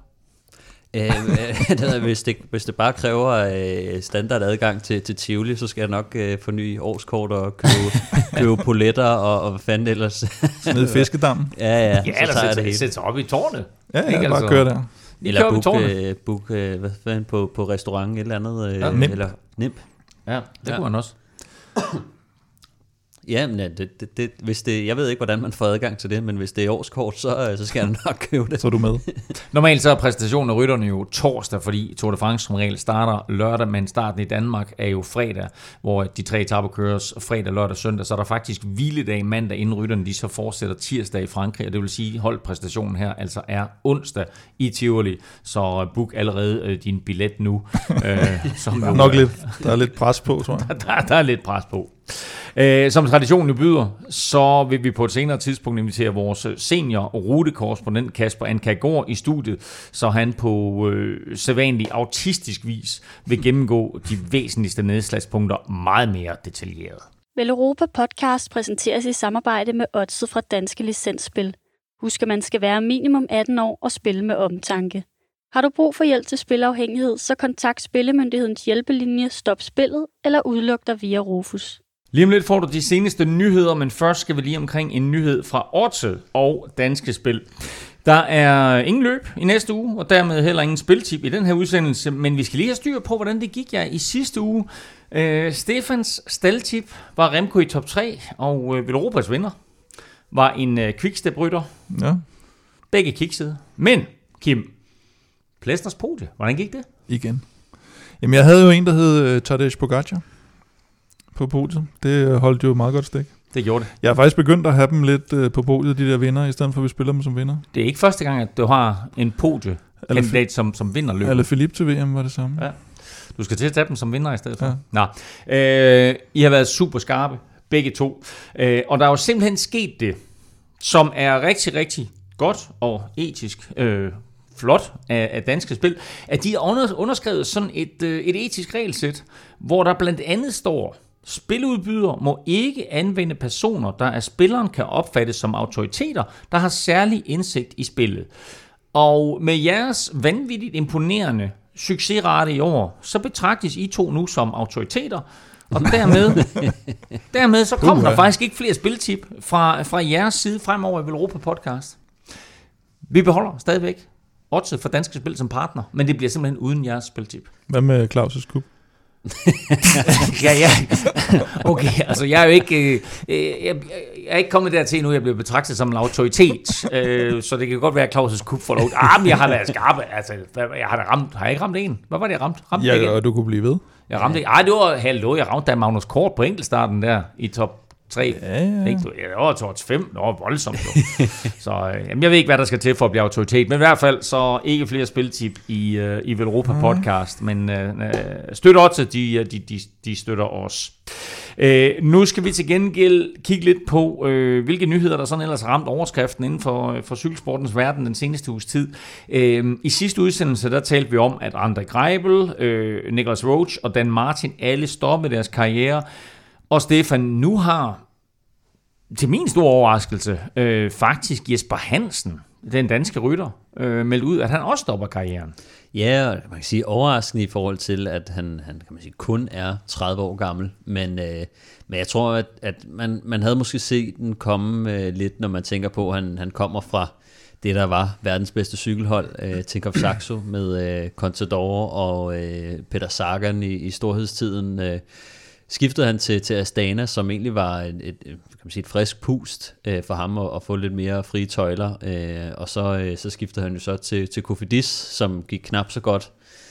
øh, hvis, det, hvis det bare kræver øh, standardadgang til, til Tivoli, så skal jeg nok øh, forny årskort og købe, købe poletter og, og hvad fanden ellers. Nede i fiskedammen. Ja, ja. Ja, eller sætte sæt sig op i tårnet. Ja, ja, ikke, bare altså. Køre der. Eller book, øh, book øh, hvad fanden, på, på restaurant eller andet. Øh, ja, Nimp. Eller Nimp. Ja, det ja. kunne man også. Ja, men det, det, det, hvis det, jeg ved ikke, hvordan man får adgang til det, men hvis det er årskort, så, så skal jeg nok købe det. Så er du med. Normalt så er præstationen af rytterne jo torsdag, fordi Tour de France som regel starter lørdag, men starten i Danmark er jo fredag, hvor de tre etaper køres fredag, lørdag og søndag, så er der faktisk hviledag mandag, inden rytterne de så fortsætter tirsdag i Frankrig, og det vil sige, at holdpræstationen her altså er onsdag i Tivoli, så book allerede din billet nu. øh, som der er nok lidt, der er lidt pres på, tror jeg. der, der er lidt pres på. Øh, som traditionen byder, så vil vi på et senere tidspunkt invitere vores senior rutekorrespondent Kasper Ankagård i studiet, så han på øh, sædvanlig autistisk vis vil gennemgå de væsentligste nedslagspunkter meget mere detaljeret. Velropa Podcast præsenteres i samarbejde med Oddset fra Danske Licensspil. Husk, at man skal være minimum atten år og spille med omtanke. Har du brug for hjælp til spilafhængighed, så kontakt Spillemyndighedens hjælpelinje Stop Spillet eller udluk dig via Rufus. Lige om lidt får du de seneste nyheder, men først skal vi lige omkring en nyhed fra Oddset og Danske Spil. Der er ingen løb i næste uge, og dermed heller ingen spiltip i den her udsendelse, men vi skal lige have styr på, hvordan det gik jer i sidste uge. Øh, Stefans staldtip var Remco i top tre, og øh, Velropas vinder var en øh, quickstep-rytter. Ja. Begge kiksede. Men, Kim, Plesners podie, hvordan gik det? Igen. Jamen, jeg havde jo en, der hed uh, Tadej Pogacar på podiet. Det holdt jo meget godt stik. Det gjorde det. Jeg har faktisk begyndt at have dem lidt uh, på podiet, de der vinder, i stedet for at vi spiller dem som vinder. Det er ikke første gang, at du har en podie-kandidat, som, som vinder løbet. Eller Philippe til V M var det samme. Ja. Du skal til at tage dem som vinder i stedet for. Ja. Nå. Øh, I har været super skarpe, begge to. Øh, og der er jo simpelthen sket det, som er rigtig, rigtig godt og etisk øh, flot af, af Danske Spil, at de har underskrevet sådan et, øh, et etisk regelsæt, hvor der blandt andet står, Spiludbyder må ikke anvende personer, der af spilleren kan opfattes som autoriteter, der har særlig indsigt i spillet. Og med jeres vanvittigt imponerende succesrate i år, så betragtes I to nu som autoriteter, og dermed, dermed så kommer uh, der faktisk ikke flere spiltip fra, fra jeres side fremover i Velropa Podcast. Vi beholder stadigvæk oddset for Danske Spil som partner, men det bliver simpelthen uden jeres spiltip. Hvad med Claus' kub? ja, ja. Okay, altså jeg er jo ikke, øh, jeg, jeg er ikke kommet dertil nu, jeg bliver betragtet som en autoritet, øh, så det kan godt være, at Claus' kub får lov. Ah, men jeg har været skarp, altså, jeg har da ramt, har jeg ikke ramt en? Hvad var det, jeg ramte? ramte ja, og du kunne blive ved. Jeg ramte ikke. Ej, det var, hallo, jeg ramte da Magnus Kort på enkeltstarten der, i top tre. Ja, ja. Ikke? Det var top fem, det var voldsomt. så øh, jamen, jeg ved ikke, hvad der skal til for at blive autoritet, men i hvert fald så ikke flere spiltip i, øh, i Velropa Podcast, men øh, støtter også, de, de, de, de støtter os. Øh, nu skal vi til gengæld kigge lidt på, øh, hvilke nyheder, der sådan ellers har ramt overskriften inden for, for cykelsportens verden den seneste uges tid. Øh, I sidste udsendelse, der talte vi om, at André Greipel, øh, Nicholas Roach og Dan Martin alle stoppede deres karriere. Og Stefan, nu har, til min store overraskelse, øh, faktisk Jesper Hansen, den danske rytter, øh, meldt ud, at han også stopper karrieren. Ja, man kan sige overraskende i forhold til, at han, han kan man sige, kun er tredive år gammel. Men, øh, men jeg tror, at, at man, man havde måske set den komme øh, lidt, når man tænker på, at han, han kommer fra det, der var verdens bedste cykelhold, øh, Tinkoff Saxo, med øh, Contador og øh, Peter Sagan i, i storhedstiden. Øh, skiftede han til, til Astana, som egentlig var et, et, kan man sige, et frisk pust øh, for ham at, at få lidt mere frie tøjler. Øh, og så, øh, så skiftede han jo så til, til Cofidis, som gik knap så godt,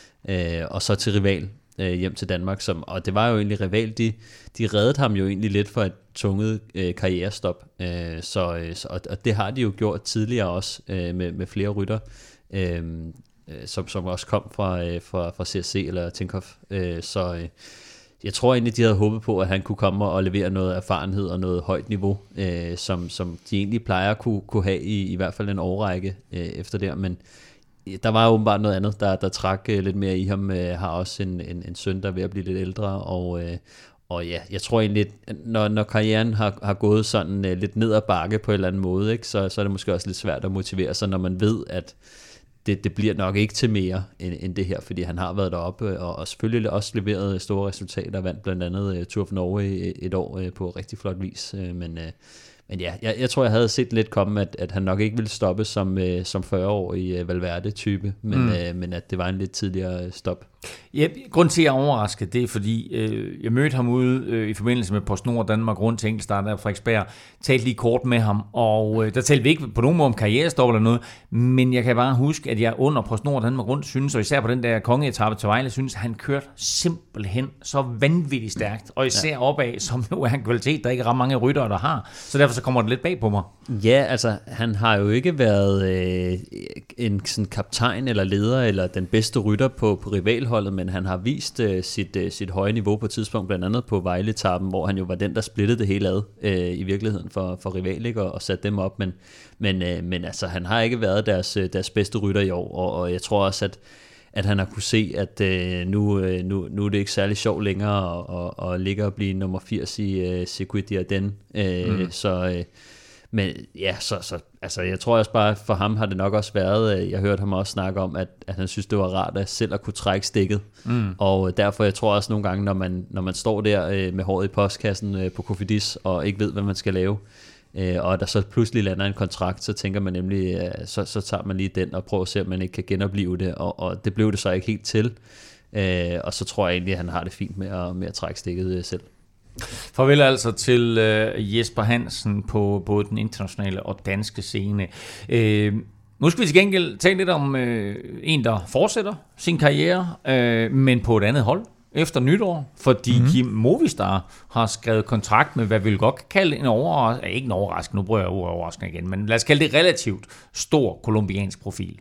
øh, og så til Rival øh, hjem til Danmark. Som, og det var jo egentlig Rival, de, de reddede ham jo egentlig lidt for et tunget øh, karrierestop. Øh, så, øh, så, og det har de jo gjort tidligere også øh, med, med flere rytter, øh, som, som også kom fra, øh, fra, fra C S C eller Tinkoff. Øh, så... Øh, Jeg tror egentlig, de havde håbet på, at han kunne komme og levere noget erfarenhed og noget højt niveau, øh, som, som de egentlig plejer at kunne, kunne have i, i hvert fald en årrække øh, efter der. Men der var åbenbart noget andet, der, der trak øh, lidt mere i ham. Øh, har også en, en, en søn, der er ved at blive lidt ældre. Og, øh, og ja, jeg tror egentlig, når, når karrieren har, har gået sådan øh, lidt ned ad bakke på en eller anden måde, ikke, så, så er det måske også lidt svært at motivere sig, når man ved, at Det, det bliver nok ikke til mere end, end det her, fordi han har været deroppe, og, og selvfølgelig også leveret store resultater, vandt blandt andet uh, Tour of Norway et, et år uh, på rigtig flot vis, uh, men, uh, men ja, jeg, jeg tror, jeg havde set lidt komme, at, at han nok ikke ville stoppe som, uh, som fyrre-årig uh, Valverde-type, men, mm. uh, men at det var en lidt tidligere stop. Ja, grund til, at jeg er overrasket, det er, fordi øh, jeg mødte ham ude øh, i forbindelse med PostNord Danmark rundt til enkeltstart af Frederiksberg, talte lige kort med ham, og øh, der talte vi ikke på nogen måde om karrierestop eller noget, men jeg kan bare huske, at jeg under PostNord Danmark rundt synes, og især på den der kongeetappe til Vejle, synes, at han kørte simpelthen så vanvittigt stærkt, og især ja. opad, som jo er en kvalitet, der ikke er ret mange ryttere, der har, så derfor så kommer det lidt bag på mig. Ja, altså, han har jo ikke været øh, en sådan kaptajn eller leder, eller den bedste rytter på, på rivalholdet, men han har vist øh, sit, øh, sit høje niveau på et tidspunkt, blandt andet på Vejle-etappen, hvor han jo var den, der splittede det hele ad øh, i virkeligheden for, for Rival, ikke, og, og satte dem op, men, men, øh, men altså, han har ikke været deres, deres bedste rytter i år, og, og jeg tror også, at at han har kunne se, at øh, nu, øh, nu, nu er det ikke særlig sjovt længere at, at, at ligge og blive nummer firs i øh, Circuit d'Ardennes. Øh, mm. Så, øh, men ja, så, så altså, jeg tror også bare, for ham har det nok også været, øh, jeg hørte ham også snakke om, at, at han synes, det var rart at selv at kunne trække stikket. Mm. Og derfor, jeg tror også nogle gange, når man, når man står der øh, med håret i postkassen øh, på Cofidis, og ikke ved, hvad man skal lave, Øh, og der så pludselig lander en kontrakt, så tænker man nemlig, øh, så, så tager man lige den og prøver at se, om man ikke kan genopleve det, og, og det blev det så ikke helt til, øh, og så tror jeg egentlig, at han har det fint med at, med at trække stikket øh, selv. Farvel altså til øh, Jesper Hansen på både den internationale og danske scene. Øh, nu skal vi til gengæld tale lidt om øh, en, der fortsætter sin karriere, øh, men på et andet hold efter nytår, fordi mm-hmm. Kim Movistar har skrevet kontrakt med, hvad vi vil godt kan kalde en overraskende, ikke en overraskende, nu bruger jeg overraskende igen, men lad os kalde det relativt stor kolumbiansk profil.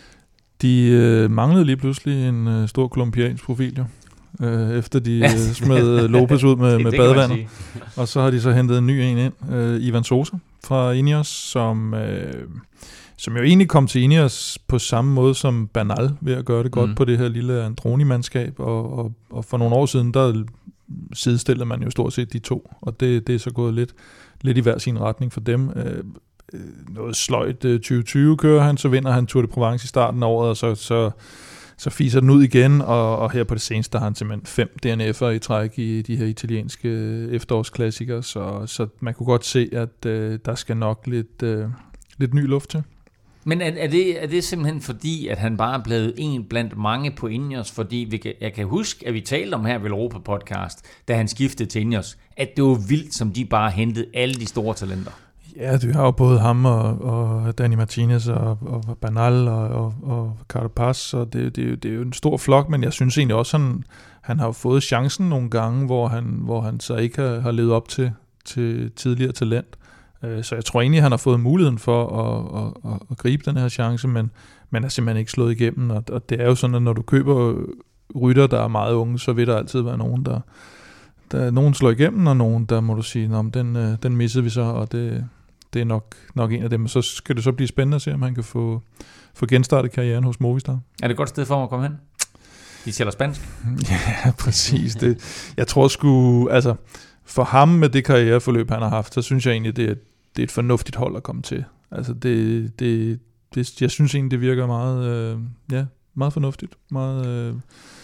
De øh, manglede lige pludselig en øh, stor kolumbiansk profil, jo. Øh, efter de øh, smed Lopez ud med, det, med det badevandet. Og så har de så hentet en ny en ind, øh, Ivan Sosa fra Ineos, som... Øh, som jo egentlig kom til Ineos på samme måde som Bernal ved at gøre det godt mm. på det her lille Androni-mandskab, og, og, og for nogle år siden, der sidestillede man jo stort set de to, og det, det er så gået lidt, lidt i hver sin retning for dem. Øh, noget sløjt øh, tyve tyve kører han, så vinder han Tour de Provence i starten af året, og så, så, så fiser den ud igen, og, og her på det seneste har han simpelthen fem D N F'er i træk i de her italienske efterårsklassikere, så, så man kunne godt se, at øh, der skal nok lidt, øh, lidt ny luft til. Men er, er, det, er det simpelthen fordi, at han bare er blevet en blandt mange på Ineos? Fordi vi kan, jeg kan huske, at vi talte om her ved Europa Podcast, da han skiftede til Ineos, at det var vildt, som de bare hentede alle de store talenter. Ja, du har jo både ham og, og Dani Martinez og, og Bernal og, og, og Carapaz, og det, det, det er jo en stor flok, men jeg synes egentlig også, han, han har fået chancen nogle gange, hvor han, hvor han så ikke har, har levet op til, til tidligere talent. Så jeg tror egentlig, han har fået muligheden for at, at, at, at gribe den her chance, men man er simpelthen ikke slået igennem, og, og det er jo sådan, at når du køber rytter, der er meget unge, så vil der altid være nogen, der, der nogen slår igennem, og nogen, der må du sige, den, den missede vi så, og det, det er nok, nok en af dem. Så skal det så blive spændende at se, om han kan få, få genstartet karrieren hos Movistar. Er det et godt sted for mig at komme hen? De taler spansk? Ja, præcis. Det, jeg tror sgu, altså for ham med det karriereforløb, han har haft, så synes jeg egentlig, det er det er et fornuftigt hold at komme til. Altså det, det, det jeg synes egentlig, det virker meget, øh, ja, meget fornuftigt. Meget, øh,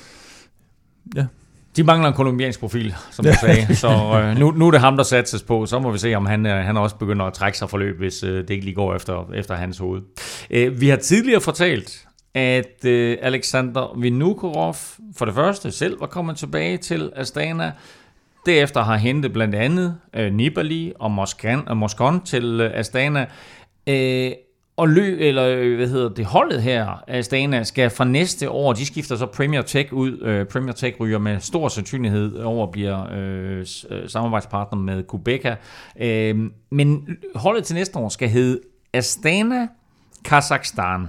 ja. De mangler en kolumbiansk profil, som du sagde. Så øh, nu, nu er det ham, der satses på. Så må vi se, om han, øh, han også begynder at trække sig forløb, hvis øh, det ikke lige går efter, efter hans hoved. Øh, vi har tidligere fortalt, at øh, Alexander Vinokurov for det første selv var kommet tilbage til Astana. Derefter har hentet blandt andet øh, Nibali og Moscon, og Moscon til øh, Astana. Øh, og løb, eller hvad hedder det, holdet her, Astana, skal fra næste år, de skifter så Premier Tech ud. Øh, Premier Tech ryger med stor sandsynlighed over og bliver øh, samarbejdspartner med Kubeka. Øh, men holdet til næste år skal hedde Astana Kazakhstan.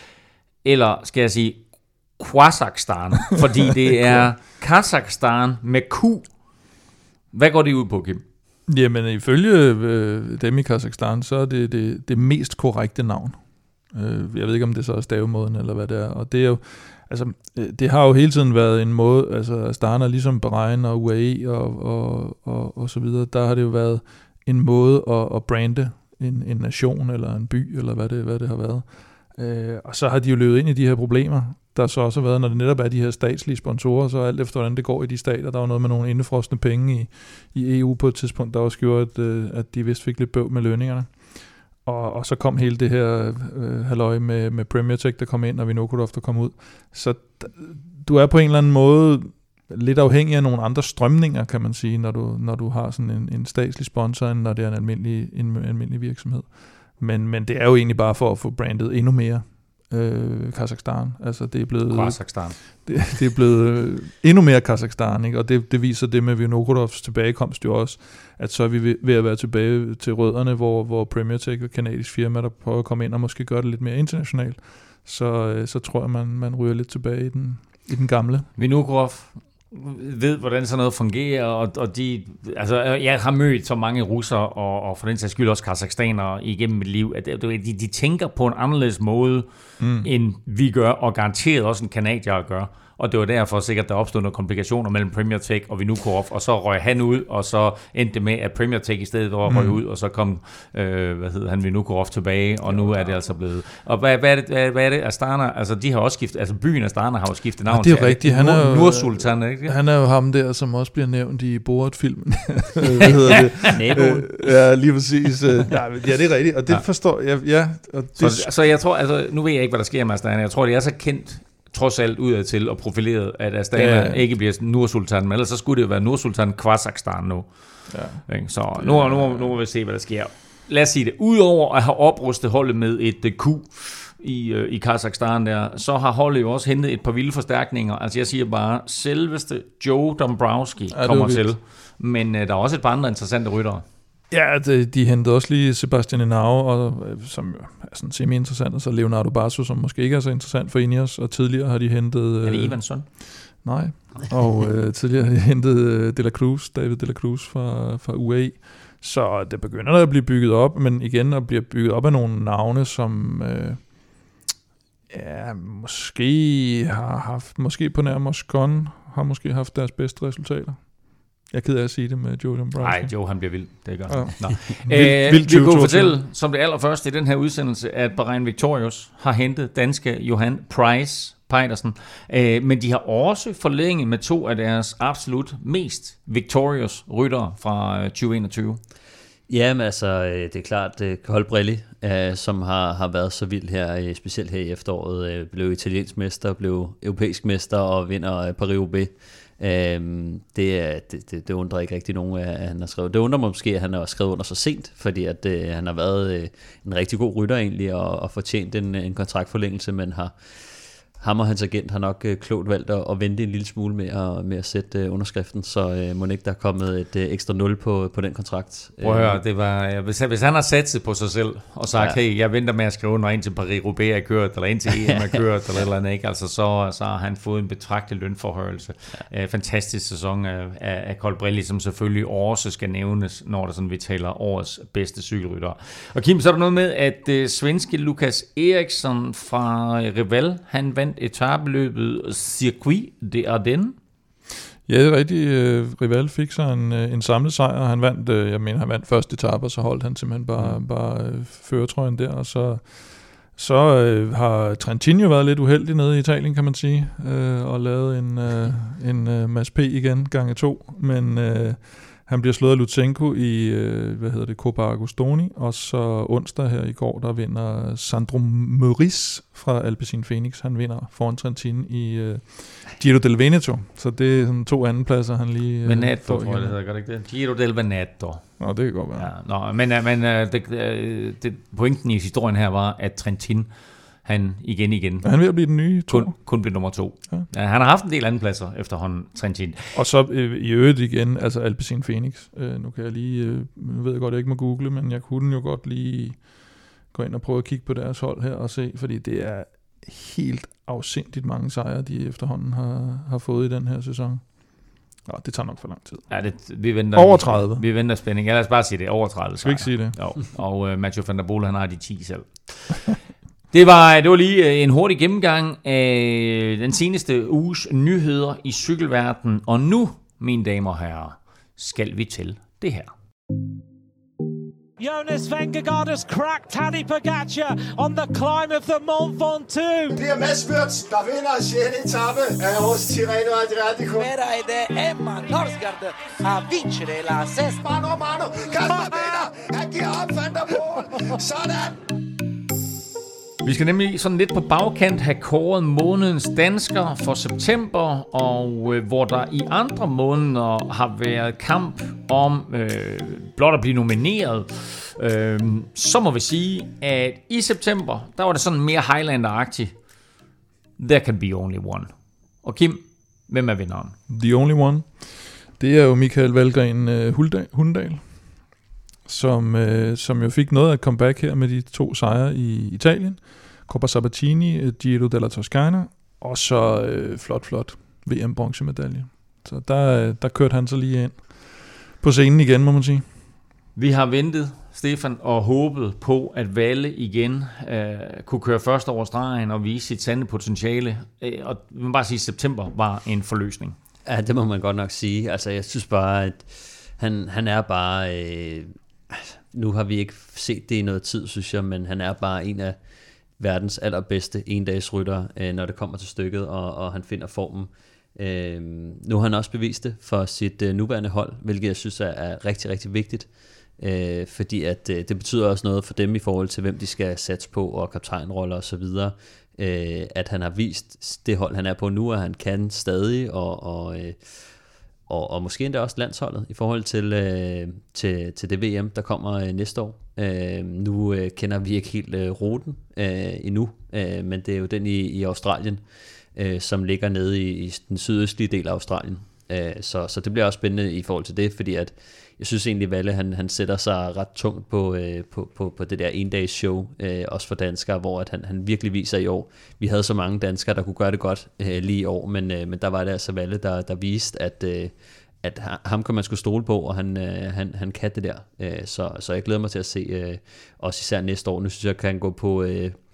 Eller skal jeg sige Kazakhstan, fordi det er Kazakhstan med Q. Hvad går det ud på, Kim? Jamen, ifølge øh, dem i Kazakhstan, så er det det, det mest korrekte navn. Øh, jeg ved ikke, om det så er stavemåden, eller hvad det er. Og det er jo, altså, det har jo hele tiden været en måde, altså Astana, ligesom Bahrain og U A E og, og, og, og så videre, der har det jo været en måde at, at brande en, en nation, eller en by, eller hvad det, hvad det har været. Øh, og så har de jo løbet ind i de her problemer, der så også har været, når det netop er de her statslige sponsorer, så alt efter hvordan det går i de stater, der var noget med nogle indefrosne penge i, i E U på et tidspunkt, der også gjorde, at, at de vist fik lidt bøv med lønningerne. Og, og så kom hele det her øh, halløj med, med Premier Tech, der kom ind, og Vinokurov, der kom ud. Så du er på en eller anden måde lidt afhængig af nogle andre strømninger, kan man sige, når du, når du har sådan en, en statslig sponsor, end når det er en almindelig, en almindelig virksomhed. Men, men det er jo egentlig bare for at få brandet endnu mere øh, Kazakhstan. Altså det er blevet Kazakhstan. Det, det er blevet endnu mere Kazakhstan, ikke? Og det, det viser det med Vinokurovs tilbagekomst jo også, at så er vi ved at være tilbage til rødderne, hvor, hvor Premier Tech og kanadisk firma, der prøver at komme ind og måske gøre det lidt mere internationalt. Så, så tror jeg, man, man ryger lidt tilbage i den, i den gamle. Vinokurov ved, hvordan sådan noget fungerer, og, og de, altså, jeg har mødt så mange russere, og, og for den sags skyld også kazakhstanere igennem mit liv, at de, de tænker på en anderledes måde, mm. end vi gør, og garanteret også en kanadier gør. Og det var derfor sikkert, der opstod nogle komplikationer mellem Premier Tech og Vinokurov, og så røg han ud, og så endte det med, at Premier Tech i stedet var røg mm. ud, og så kom, øh, hvad hedder han, Vinokurov tilbage, og nu er det altså blevet. Og hvad, hvad, er, det, hvad, hvad er det? Astana, altså de har også skiftet, altså byen Astana har jo skiftet navn. Ja, det er jo rigtigt. Han er jo, Nursultan, ikke? Han er jo ham der, som også bliver nævnt i Borat-filmen. Hvad hedder det? Naboen. Ja, lige præcis. Ja, det er rigtigt, og det ja. forstår jeg. Ja, og det... så, så jeg tror, altså, nu ved jeg ikke, hvad der sker med Astana. Jeg tror, det er så kendt, trods alt udadtil og profileret, at Astana ja, ja. ikke bliver Nursultan, men ellers så skulle det jo være Nursultan Kazakhstan nu. Ja. Så nu, nu, nu må vi se, hvad der sker. Lad os sige det. Udover at have oprustet holdet med et Q i, uh, i Kazakhstan der, så har holdet jo også hentet et par vilde forstærkninger. Altså jeg siger bare, selveste Joe Dombrowski ja, kommer til, men uh, der er også et par andre interessante ryttere. Ja, de, de hentede også lige Sebastian Henao, og, som er sådan semi-interessant, og så Leonardo Basso, som måske ikke er så interessant for Ineos, og tidligere har de hentet... Er det Evans søn? Nej, og øh, tidligere har de hentet øh, De La Cruz, David De La Cruz fra, fra U A E, så det begynder at blive bygget op, men igen at blive bygget op af nogle navne, som øh, ja, måske har haft, måske på nær Moscon, har måske haft deres bedste resultater. Jeg er ked af at sige det med Joe Dombrowski. Nej, Joe han bliver vild. Det gør han. Ja. Æh, vild, vi kunne fortælle som det allerførste i den her udsendelse, at Bahrain Victorious har hentet danske Johan Price Pejdersen, øh, men de har også forlænget med to af deres absolut mest victorious ryttere fra tyve enogtyve. Jamen altså, det er klart, Colbrelli, som har, har været så vild her, specielt her i efteråret, blev italiensk mester, blev europæisk mester og vinder Paris-Roubaix. Det, det, det undrer ikke rigtig nogen, at han har skrevet. Det undrer mig måske, at han har skrevet under så sent, fordi at, han har været en rigtig god rytter egentlig, og, og fortjent en, en kontraktforlængelse, men har ham og hans agent har nok øh, klogt valgt at, at vente en lille smule med at, med at sætte øh, underskriften, så øh, må ikke der er kommet et øh, ekstra nul på, på den kontrakt. Prøv at høre, det var, hvis, hvis han har sat sig på sig selv og sagt, ja. hey, jeg venter med at skrive under indtil Paris-Roubaix er kørt, eller indtil E M er kørt, eller eller andet, ikke? Altså, så, så har han fået en betragtelig lønforhøjelse. Ja. Øh, fantastisk sæson af, af, af Colbrelli, som selvfølgelig også skal nævnes, når der sådan, vi taler årets bedste cykelrytter. Og Kim, så er der noget med, at øh, svenske Lukas Eriksson fra øh, Rival, han vandt etapeløbet Circuit de Ardennes. Ja, det er rigtigt. Rival fik så en, en samlet sejr. Han vandt, jeg mener, han vandt første etape, og så holdt han simpelthen bare, bare førertrøjen der, og så, så øh, har Trentino været lidt uheldig nede i Italien, kan man sige, øh, og lavet en, øh, en øh, Mads P. igen, gange to, men øh, han bliver slået af Lutsenko i, øh, hvad hedder det, Coppa Agostoni, og så onsdag her i går, der vinder Sandro Moris fra Alpecin Phoenix. Han vinder foran Trentin i øh, Giro del Veneto, så det er sådan to anden pladser, han lige øh, Veneto, får tror jeg, det hedder, gør det ikke det? Giro del Veneto. Nå, det kan godt være. Ja, nå, men men det, det, pointen i historien her var, at Trentin, han igen igen. Han vil blive den nye to. Kun, kun blev nummer to. Ja. Ja, han har haft en del anden pladser efterhånden, Trentin. Og så øh, i øvrigt igen, altså Alpecin Phoenix. Øh, nu kan jeg lige, øh, nu ved jeg godt, at jeg ikke må google, men jeg kunne jo godt lige gå ind og prøve at kigge på deres hold her og se, fordi det er helt afsindigt mange sejre, de efterhånden har, har fået i den her sæson. Nå, det tager nok for lang tid. Ja, det, vi venter, over tredive. Vi venter spænding. Ja, lad os bare sige det. Over tredive. Skal vi ikke sige det? Jo. Og uh, Mathieu van der Poel, han har de ti selv. Det var, det var lige en hurtig gennemgang af den seneste uges nyheder i cykelverdenen. Og nu, mine damer og herrer, skal vi til det her. Jonas Vingegaard has cracked Tadej Pogačar on the climb of the Mont Ventoux. Det er Mads Wirtz, der vinder sjette etape af årets Tirreno Adriatico. Vera ed è Emma Norsgaard a vincere la sesta. Mano, mano, Kasper vinder, han giver op Van der Poel. Sådan. Vi skal nemlig sådan lidt på bagkant have kåret månedens dansker for september, og øh, hvor der i andre måneder har været kamp om øh, blot at blive nomineret, øh, så må vi sige, at i september, der var det sådan mere Highlander-agtigt. There can be only one. Og Kim, hvem er vinderen? The only one. Det er jo Michael Valgren øh, Hundal, som, øh, som jo fik noget af et comeback her med de to sejre i Italien. Coppa Sabatini, Giro della Toscana, og så øh, flot, flot V M-bronzemedalje. Så der, der kørte han så lige ind på scenen igen, må man sige. Vi har ventet, Stefan, og håbet på, at Valle igen øh, kunne køre først over stregen og vise sit sande potentiale. Og vi må bare sige, at september var en forløsning. Ja, det må man godt nok sige. Altså, jeg synes bare, at han, han er bare... Øh, nu har vi ikke set det i noget tid, synes jeg, men han er bare en af verdens allerbedste endagsryttere, øh, når det kommer til stykket, og, og han finder formen. Øh, nu har han også bevist det for sit øh, nuværende hold, hvilket jeg synes er, er rigtig, rigtig vigtigt, øh, fordi at, øh, det betyder også noget for dem i forhold til, hvem de skal satse på, og kaptajnroller og så videre, øh, at han har vist det hold, han er på nu, og han kan stadig, og, og øh, Og, og måske endda også landsholdet i forhold til, øh, til, til det V M, der kommer øh, næste år. Øh, nu øh, kender vi ikke helt øh, ruten øh, endnu, øh, men det er jo den i, i Australien, øh, som ligger nede i, i den sydøstlige del af Australien. Øh, så, så det bliver også spændende i forhold til det, fordi at jeg synes egentlig, Valle han, han sætter sig ret tungt på, øh, på, på, på det der en-dags show, øh, også for danskere, hvor at han, han virkelig viser i år. Vi havde så mange danskere, der kunne gøre det godt øh, lige i år, men, øh, men der var det altså Valle, der, der viste, at, øh, at ham kan man skulle stole på, og han, øh, han, han kan det der. Øh, så, så jeg glæder mig til at se, øh, også især næste år. Nu synes jeg, kan han gå på... Øh,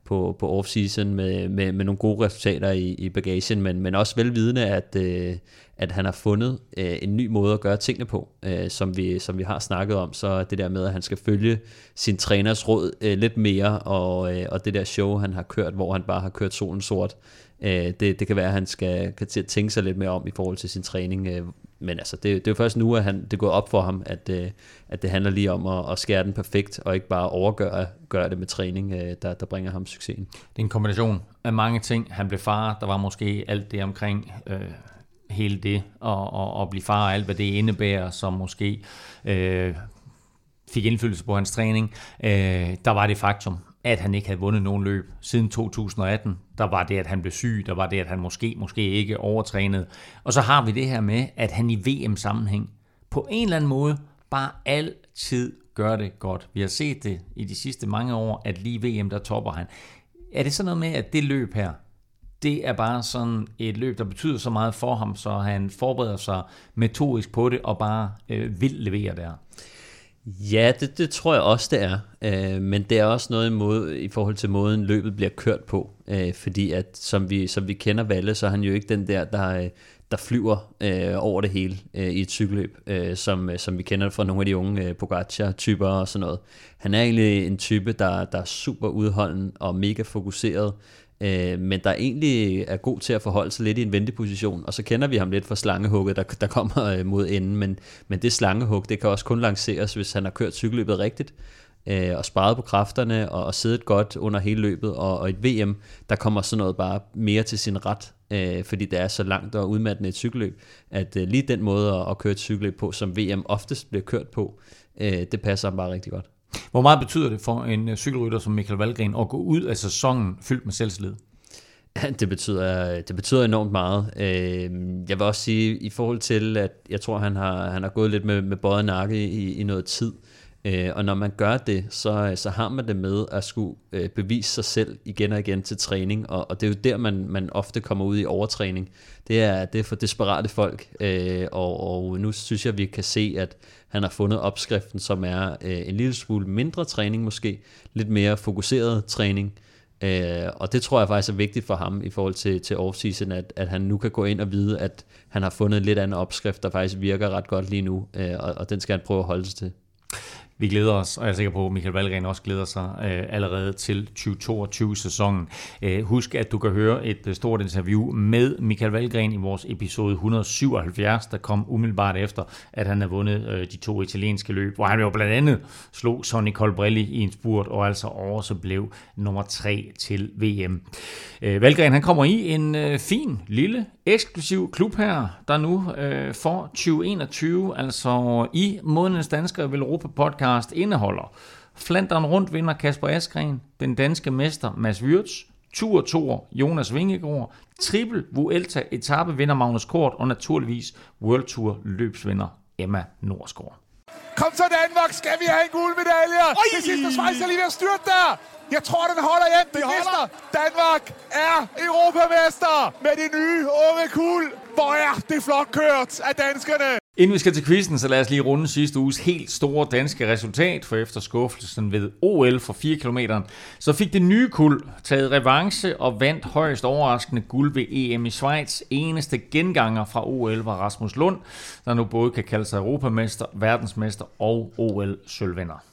på, på off-season med, med, med nogle gode resultater i, i bagagen, men, men også velvidende, at, øh, at han har fundet øh, en ny måde at gøre tingene på, øh, som, vi, som vi har snakket om, så det der med, at han skal følge sin træners råd øh, lidt mere, og, øh, og det der show, han har kørt, hvor han bare har kørt solen sort, øh, det, det kan være, at han skal kan til at tænke sig lidt mere om i forhold til sin træning, øh, men altså, det, det er jo først nu, at han, det er gået op for ham, at, øh, at det handler lige om at, at skære den perfekt, og ikke bare overgøre gøre det med træning, øh, der, der bringer ham succesen. Det er en kombination af mange ting. Han blev far, der var måske alt det omkring øh, hele det, og, og, og blive far og alt, hvad det indebærer, som måske øh, fik indflydelse på hans træning. Øh, der var det faktum, at han ikke havde vundet nogen løb siden to tusind og atten. Der var det, at han blev syg. Der var det, at han måske, måske ikke overtrænede. Og så har vi det her med, at han i V M-sammenhæng på en eller anden måde bare altid gør det godt. Vi har set det i de sidste mange år, at lige V M, der topper han. Er det sådan noget med, at det løb her, det er bare sådan et løb, der betyder så meget for ham, så han forbereder sig metodisk på det, og bare øh, vil levere der? Ja, det, det tror jeg også, det er. Øh, men det er også noget imod, i forhold til måden, løbet bliver kørt på. Øh, fordi at, som vi, som vi kender Valle, så er han jo ikke den der, der, der flyver øh, over det hele øh, i et cykelløb, øh, som, som vi kender fra nogle af de unge øh, Pogacar-typer og sådan noget. Han er egentlig en type, der, der er super udholden og mega fokuseret, øh, men der egentlig er god til at forholde sig lidt i en venteposition, og så kender vi ham lidt fra slangehugget, der, der kommer øh, mod enden, men, men det slangehug, det kan også kun lanceres, hvis han har kørt cykelløbet rigtigt, øh, og sparet på kræfterne, og, og siddet godt under hele løbet, og, og i et V M, der kommer sådan noget bare mere til sin ret, øh, fordi det er så langt og udmattende et cykelløb, at øh, lige den måde at, at køre et cykelløb på, som V M oftest bliver kørt på, øh, det passer ham bare rigtig godt. Hvor meget betyder det for en cykelrytter som Michael Valgren at gå ud af sæsonen fyldt med selvtillid? Ja, det betyder, det betyder enormt meget. Jeg vil også sige, i forhold til, at jeg tror, han har, han har gået lidt med, med bøjet nakke i, i noget tid. Og når man gør det, så, så har man det med at skulle bevise sig selv igen og igen til træning. Og, og det er jo der, man, man ofte kommer ud i overtræning. Det er, det er for desperate folk. Og, og nu synes jeg, vi kan se, at han har fundet opskriften, som er en lille smule mindre træning måske. Lidt mere fokuseret træning. Uh, og det tror jeg faktisk er vigtigt for ham i forhold til, til off-season, at, at han nu kan gå ind og vide, at han har fundet en lidt anden opskrift, der faktisk virker ret godt lige nu, uh, og, og den skal han prøve at holde sig til. Vi glæder os, og jeg er sikker på, at Michael Valgren også glæder sig øh, allerede til tyve toogtyve-sæsonen. Øh, husk, at du kan høre et øh, stort interview med Michael Valgren i vores episode et hundrede og syvoghalvfjerds, der kom umiddelbart efter, at han har vundet øh, de to italienske løb, hvor han jo blandt andet slog Sonny Colbrelli i en spurt, og altså også blev nummer tre til V M. Øh, Valgren, han kommer i en øh, fin, lille, eksklusiv klub her, der nu øh, for tyve enogtyve, altså i Månedens Dansker Velropa podcast, indeholder Flandern rundt vinder Kasper Asgreen, den danske mester Mads Wirtz, Tour Tour Jonas Vingegaard, Triple Vuelta etape vinder Magnus Kort, og naturligvis World Tour løbsvinder Emma Norsgaard. Kom så Danmark, skal vi have en guldmedalje? Det sidste Schweiz er lige ved at styrte der. Jeg tror, den holder hjem. Det mister. Danmark er europamester med de nye unge kul. Hvor er det flot kørt af danskerne. Inden vi skal til quizzen, så lad os lige runde sidste uges helt store danske resultat, for efter skuffelsen ved O L for fire kilometer, så fik det nye kuld taget revanche og vandt højst overraskende guld ved E M i Schweiz. Eneste genganger fra O L var Rasmus Lund, der nu både kan kalde sig europamester, verdensmester og O L-sølvvinder.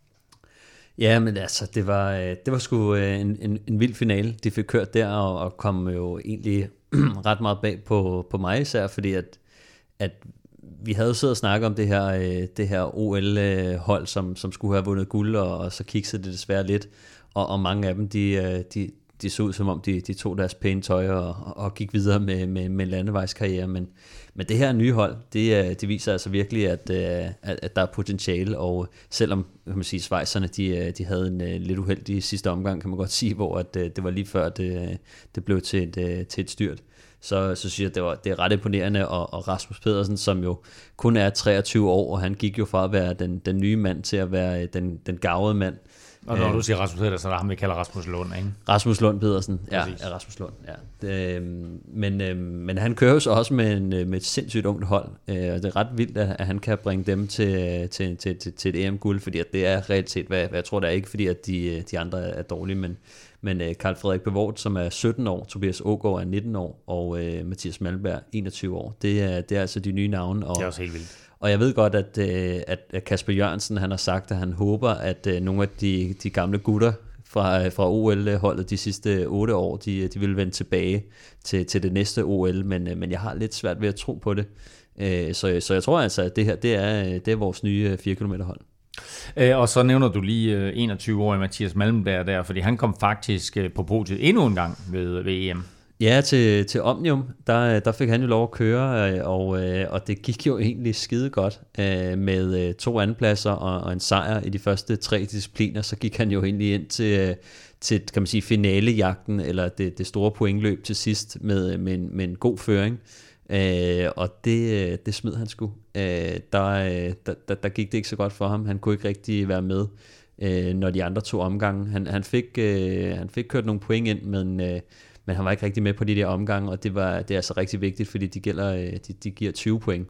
Ja, men altså, det var, det var sgu en, en, en vild finale, de fik kørt der, og, og kom jo egentlig ret meget bag på, på mig især, fordi at, at vi havde siddet og snakket om det her, det her O L-hold, som, som skulle have vundet guld, og, og så kiksede det desværre lidt, og, og mange af dem, de, de, de så ud som om, de, de tog deres pæne tøj og, og gik videre med, med, med landevejskarriere, men, men det her nye hold, det, det viser altså virkelig, at, at, at der er potentiale, og selvom kan man sige, schweizerne, de, de havde en lidt uheldig sidste omgang, kan man godt sige, hvor at, det var lige før, det, det blev til et, til et styrt. Så, så synes jeg, det, var, det er ret imponerende, og, og Rasmus Pedersen, som jo kun er treogtyve år, og han gik jo fra at være den, den nye mand til at være den, den gavede mand, Og når du siger Rasmus Pedersen, så er der ham, vi kalder Rasmus Lund, ikke? Rasmus Lund Pedersen, ja, ja, Rasmus Lund, ja. Det, øh, men, øh, men han kører jo så også med, en, med et sindssygt ungt hold, øh, og det er ret vildt, at, at han kan bringe dem til, til, til, til, til et E M-guld, fordi at det er reelt set, hvad, hvad jeg tror, det er ikke, fordi at de, de andre er dårlige, men, men øh, Carl Frederik Bevort, som er sytten år, Tobias Aagaard er nitten år, og øh, Mathias Malmberg enogtyve år. Det er, det er altså de nye navne. Og, det er også helt vildt. Og jeg ved godt, at, at Kasper Jørgensen han har sagt, at han håber, at nogle af de, de gamle gutter fra, fra O L-holdet de sidste otte år, de, de vil vende tilbage til, til det næste O L, men, men jeg har lidt svært ved at tro på det. Så, så jeg tror altså, at det her det er, det er vores nye fire kilometer hold. Og så nævner du lige enogtyve-årige Mathias Malmberg der, fordi han kom faktisk på podiet endnu en gang ved, ved E M. Ja, til, til Omnium, der, der fik han jo lov at køre, og, og det gik jo egentlig skide godt med to andenpladser og, og en sejr i de første tre discipliner. Så gik han jo egentlig ind til, til kan man sige, finalejagten, eller det, det store pointløb til sidst med, med, en, med en god føring. Og det, det smed han sgu. Der, der, der, der gik det ikke så godt for ham. Han kunne ikke rigtig være med, når de andre to omgange. Han, han, fik, han fik kørt nogle point ind, men... Men han var ikke rigtig med på de der omgange, og det, var, det er altså rigtig vigtigt, fordi de, gælder, de, de giver tyve point.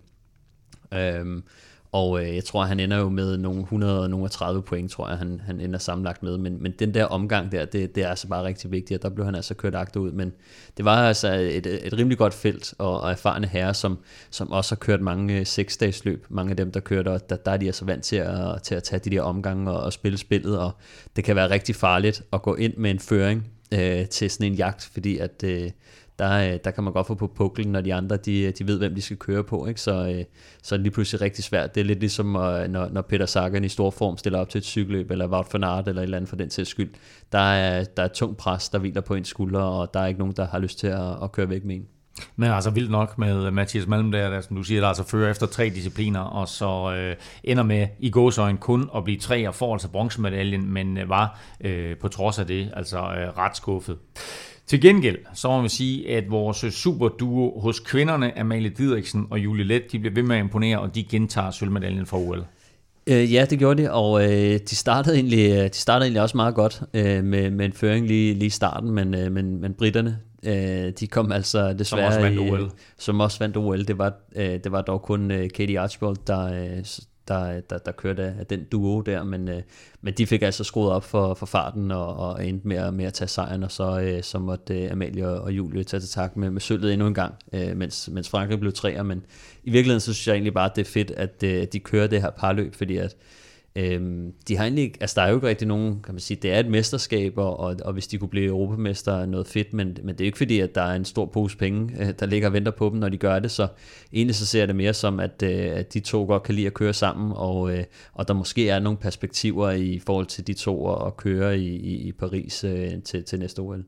Øhm, og øh, jeg tror, han ender jo med nogle hundrede og nogle tredive point, tror jeg, han, han ender sammenlagt med. Men, men den der omgang der, det, det er altså bare rigtig vigtigt, og der blev han altså kørt agter ud. Men det var altså et, et rimelig godt felt, og, og erfarne herrer, som, som også har kørt mange seksdagsløb. Mange af dem, der kører der, der, der er de altså vant til at, til at tage de der omgange og, og spille spillet, og det kan være rigtig farligt at gå ind med en føring Øh, til sådan en jagt, fordi at øh, der, der kan man godt få på puklen, når de andre de, de ved, hvem de skal køre på, ikke? Så, øh, så er det lige pludselig rigtig svært. Det er lidt ligesom, øh, når, når Peter Sagan i stor form stiller op til et cykelløb, eller Wout van Aert, eller et eller andet for den til skyld. Der er, der er et tungt pres, der hviler på en skulder, og der er ikke nogen, der har lyst til at, at køre væk med en. Men altså vildt nok med Mathias Malmberg, der, som du siger, der altså fører efter tre discipliner, og så øh, ender med i gåseøjne kun at blive tre og får altså bronzemedaljen, men øh, var øh, på trods af det altså øh, ret skuffet. Til gengæld, så må vi sige, at vores superduo hos kvinderne, Amalie Didriksen og Julie Leth, de bliver ved med at imponere, og de gentager sølvmedaljen for O L. Øh, ja, det gjorde de, og øh, de, startede egentlig, de startede egentlig også meget godt øh, med, med en føring lige, lige i starten, men, øh, men, men britterne, øh, de kom altså desværre... Som også vandt O L. I, som også vandt O L. Det var, øh, det var dog kun øh, Katie Archibald, der, øh, der, der, der kørte af den duo der, men, øh, men de fik altså skruet op for, for farten og, og endte med, med at tage sejren, og så, øh, så måtte øh, Amalie og Julie tage til tak med, med sølvet endnu en gang, øh, mens, mens Frankrig blev treer, men i virkeligheden så synes jeg egentlig bare, at det er fedt, at øh, de kører det her parløb, fordi at Øhm, de har egentlig, altså der er jo ikke rigtig nogen, kan man sige, det er et mesterskab, og, og hvis de kunne blive europamester, noget fedt, men, men det er jo ikke fordi, at der er en stor pose penge, der ligger og venter på dem, når de gør det, så egentlig så ser jeg det mere som, at, at de to godt kan lide at køre sammen, og, og der måske er nogle perspektiver i forhold til de to at køre i, i, i Paris til, til næste O L.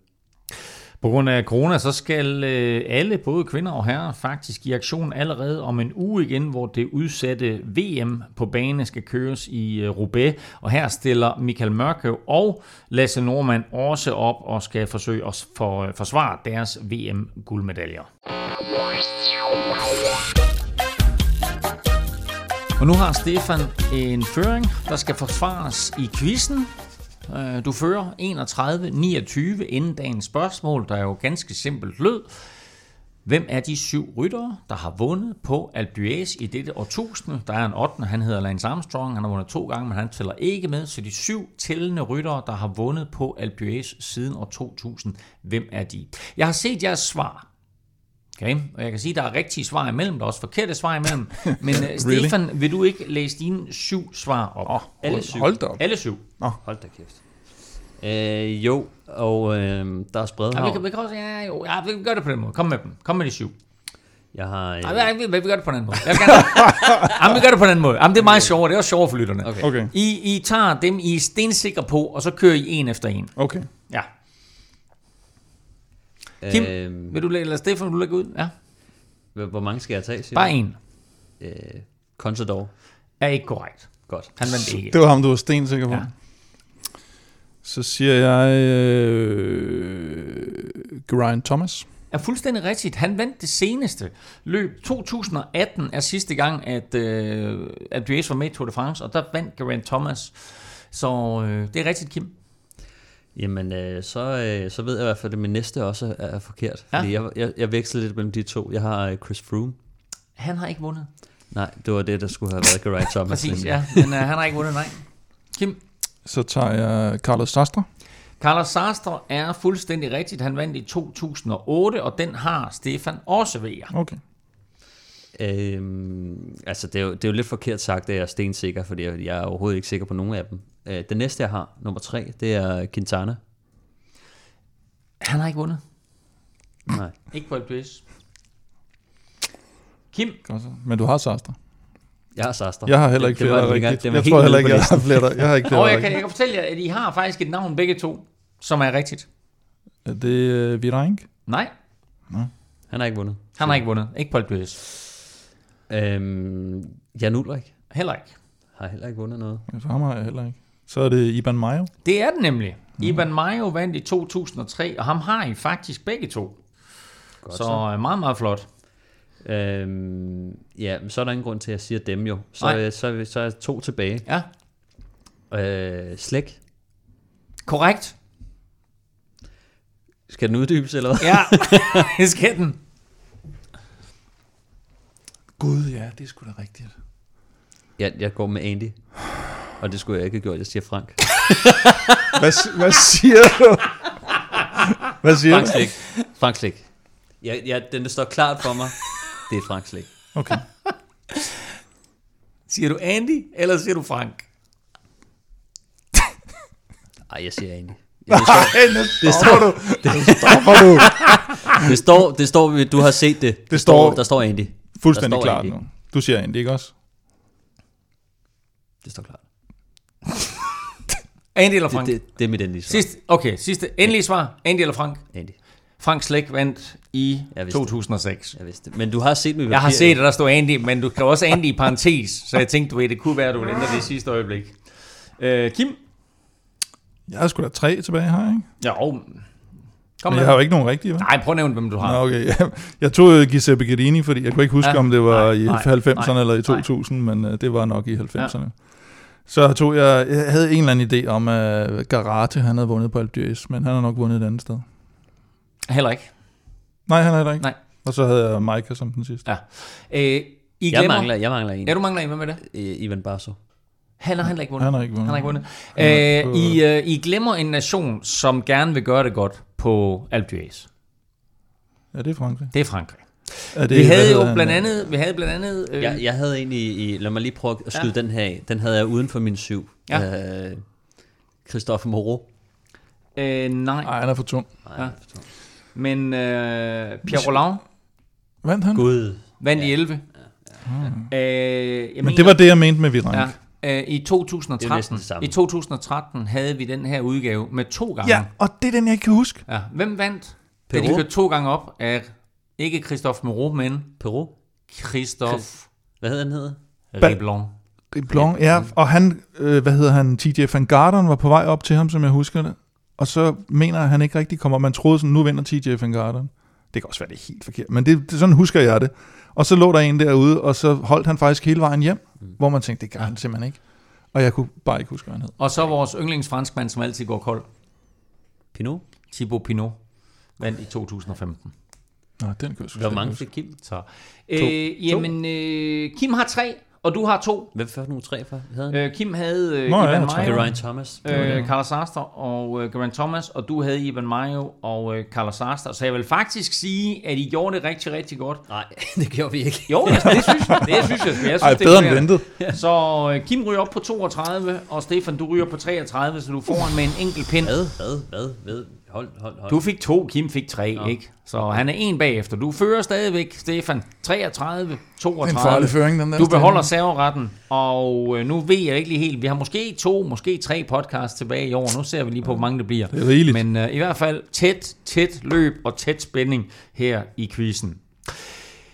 På grund af corona, så skal alle, både kvinder og herrer, faktisk i aktion allerede om en uge igen, hvor det udsatte V M på bane skal køres i Roubaix. Og her stiller Michael Mørkøv og Lasse Norman også op og skal forsøge at for, forsvare deres V M-guldmedaljer. Og nu har Stefan en føring, der skal forsvares i quizzen. Du fører enogtredive niogtyve inden dagens spørgsmål, der er jo ganske simpelt lød. Hvem er de syv ryttere, der har vundet på Alpe d'Huez i dette årtusinde? Der er en ottende, han hedder Lance Armstrong, han har vundet to gange, men han tæller ikke med. Så de syv tællende ryttere, der har vundet på Alpe d'Huez siden år to tusind, hvem er de? Jeg har set jeres svar. Okay, og jeg kan sige, at der er rigtige svar imellem, der er også forkerte svar imellem. Men uh, Stefan, really? Vil du ikke læse dine syv svar op? Oh, Alle syv. Hold da op. Alle syv. Oh. Hold da kæft. Øh, jo, og øh, der er Spredhavn. Ja, vi kan, vi kan også, ja, jo, ja, vi kan gøre det på den måde. Kom med dem. Kom med de syv. Jeg har... Øh... Ja, vi, vi gør det på den måde. Jeg vil gerne... Jamen, vi gør det på den måde. Jamen, det er meget sjovere. Det er også sjovere for lytterne. Okay. Okay. I, I tager dem, I er stensikre på, og så kører I en efter en. Okay. Ja. Kim, øh... vil du lægge, eller Stefan, vil du lægge ud? Ja. Hvor mange skal jeg tage? Bare en. Øh, Contador. Er ikke korrekt. Godt. Han vandt ikke. Det var ham, du var stensikker på. Ja. Så siger jeg øh, Geraint Thomas. Er fuldstændig rigtigt. Han vandt det seneste løb. to tusind atten er sidste gang, at øh, Alpe d'Huez var med i Tour de France, og der vandt Geraint Thomas Så øh, det er rigtigt, Kim. Jamen, øh, så, øh, så ved jeg i hvert fald, at min næste også er, er forkert. Fordi ja. jeg, jeg, jeg veksler lidt mellem de to. Jeg har Chris Froome. Han har ikke vundet. Nej, det var det, der skulle have været Geraint Thomas. Præcis, ja. Men uh, han har ikke vundet, nej. Kim? Så tager jeg Carlos Sastre. Carlos Sastre er fuldstændig rigtigt. Han vandt i to tusind og otte, og den har Stefan også ved jer. Okay. Øhm, altså, det er, jo, det er jo lidt forkert sagt, at jeg er stensikker, fordi jeg, jeg er overhovedet ikke sikker på nogen af dem. Øh, den næste, jeg har, nummer tre, det er Quintana. Han har ikke vundet. Nej. Ikke på et pis. Kim? Men du har Sastre. Jeg har Sastre. Jeg har heller ikke flere, der rigtigt. Jeg tror heller ikke, jeg har flere, der. Jeg har ikke flere, og jeg kan, jeg kan fortælle jer, at I har faktisk et navn begge to, som er rigtigt. Er det uh, Virenk? Nej. Nå. Han har ikke vundet. Han har ikke vundet. Ikke på et pis. Øhm, Jan Ullrich. Heller ikke. Har heller ikke vundet noget. Ja, så ham har jeg heller ikke. Så er det Iban Mayo. Det er det nemlig. Mm. Iban Mayo vandt i to tusind og tre, og ham har I faktisk begge to. Godt, så, så meget, meget flot. Øhm, ja, men så er der ingen grund til, at jeg siger dem jo. Så, øh, så, er, så er to tilbage. Ja. Øh, Slæk. Korrekt. Skal den uddybes, eller hvad? Ja, det skal den. Gud, ja, det er sgu da rigtigt. Ja, jeg går med Andy. Og det skulle jeg ikke have gjort, jeg siger Frank. hvad, hvad siger du? Hvad siger Frank du? Slæk. Frank Slæk. Ja, ja, den der står klart for mig, det er Frank Slæk. Okay. Siger du Andy, eller siger du Frank? Ej, jeg siger Andy. Ja, det står, det står du. Det står du. Det står, det står, du har set det. Det, det står, der står Andy. Fuldstændig står klart Andy. nu. Du siger Andy, ikke også? Det står klart. Andy eller Frank? Det, det, det er mit endelige svar. Sidste, okay, sidste endelige svar. Andy eller Frank? Andy. Frank Slæk vandt i to tusind og seks. Jeg vidste det. Men du har set mig i Jeg har set, at der står Andy, men du kan også Andy i parentes, så jeg tænkte, du ved, det kunne være, at du ville ændre det i sidste øjeblik. Øh, Kim? Jeg har sgu da tre tilbage her, ikke? Jo. Kom men jeg har jo ikke nogen rigtige, hva'? Nej, prøv at nævne, hvem du har. Nå, okay. Jeg, jeg tog Giuseppe Guerini, fordi jeg kunne ikke huske, ja, om det var nej, i nej, halvfemserne nej, eller i to tusind, nej. Men uh, det var nok i halvfemserne. Ja. Så tog jeg, jeg havde en eller anden idé om, at Garate, han havde vundet på Alpe d'Huez, men han har nok vundet et andet sted. Heller ikke. Nej, han har heller ikke. Nej. Og så havde jeg Maika som den sidste. Ja. Øh, I jeg, mangler, jeg mangler en. Ja, du mangler en. Hvem er det? Ivan Barso. Han har heller ikke vundet. Han har ikke vundet. Han har ikke vundet. Øh, I, uh, I glemmer en nation, som gerne vil gøre det godt på Alpe d'Huez. Ja, det er Frankrig. Det er Frankrig. Er det, vi havde jo blandt andet... Vi havde blandt andet øh, jeg, jeg havde egentlig... I, lad mig lige prøve at skyde ja. den her af. Den havde jeg uden for min syv. Ja. Øh, Christophe Moreau. Øh, nej. Nej, han er for tung. Ja. Er for tung. Men øh, Pierre Roland... Vandt han? Gud. Vandt i elleve. Ja. Hmm. Øh, jeg Men mener, det var det, jeg mente med Virenk. Ja. Øh, I to tusind og tretten, i to tusind og tretten havde vi den her udgave med to gange. Ja, og det er den, jeg ikke kan huske. Ja. Hvem vandt? Da de kørte to gange op af ikke Christophe Moreau, men Peru. Christophe... Hvad hedder han hedder? Riblon. Riblon, ja. Og han, øh, hvad hedder han, T J Van Garderen var på vej op til ham, som jeg husker det. Og så mener jeg, at han ikke rigtig kommer op. Man troede sådan, nu vinder T J Van Garderen. Det kan også være, det er helt forkert, men det, det, sådan husker jeg det. Og så lå der en derude, og så holdt han faktisk hele vejen hjem, mm. hvor man tænkte, det kan han simpelthen ikke. Og jeg kunne bare ikke huske, hvad han hed. Og så vores yndlingsfranskmand, som altid går kold. Pinot? Thibaut Pinot. Vandt i to tusind og femten. Nå, den kan jeg Hvor mange fik Kim? Så. Øh, jamen, øh, Kim har tre, og du har to. Hvem førte nu tre for? Øh, Kim havde øh, Nå, Ivan ja, Mayo, Geraint Thomas, øh, Carlos Sastre og øh, Geraint Thomas, og du havde Ivan Mayo og øh, Carlos Sastre. Så jeg vil faktisk sige, at I gjorde det rigtig, rigtig godt. Nej, det gjorde vi ikke. Jo, altså, det synes jeg. Det synes jeg. jeg synes, Ej, bedre end ventet. Så øh, Kim ryger op på toogtredive, og Stefan, du ryger på treogtredive, så du får med en enkelt pind. Hvad? Hvad? Hvad? Hvad? Hold, hold, hold. Du fik to, Kim fik tre, Nå. ikke? Så han er en bagefter. Du fører stadigvæk, Stefan. treogtredive, toogtredive. En føring, den der du beholder serveretten, og øh, nu ved jeg ikke lige helt. Vi har måske to, måske tre podcasts tilbage i år. Nu ser vi lige på, hvor mange det bliver. Det er rigeligt. Men øh, i hvert fald tæt, tæt løb og tæt spænding her i quizzen.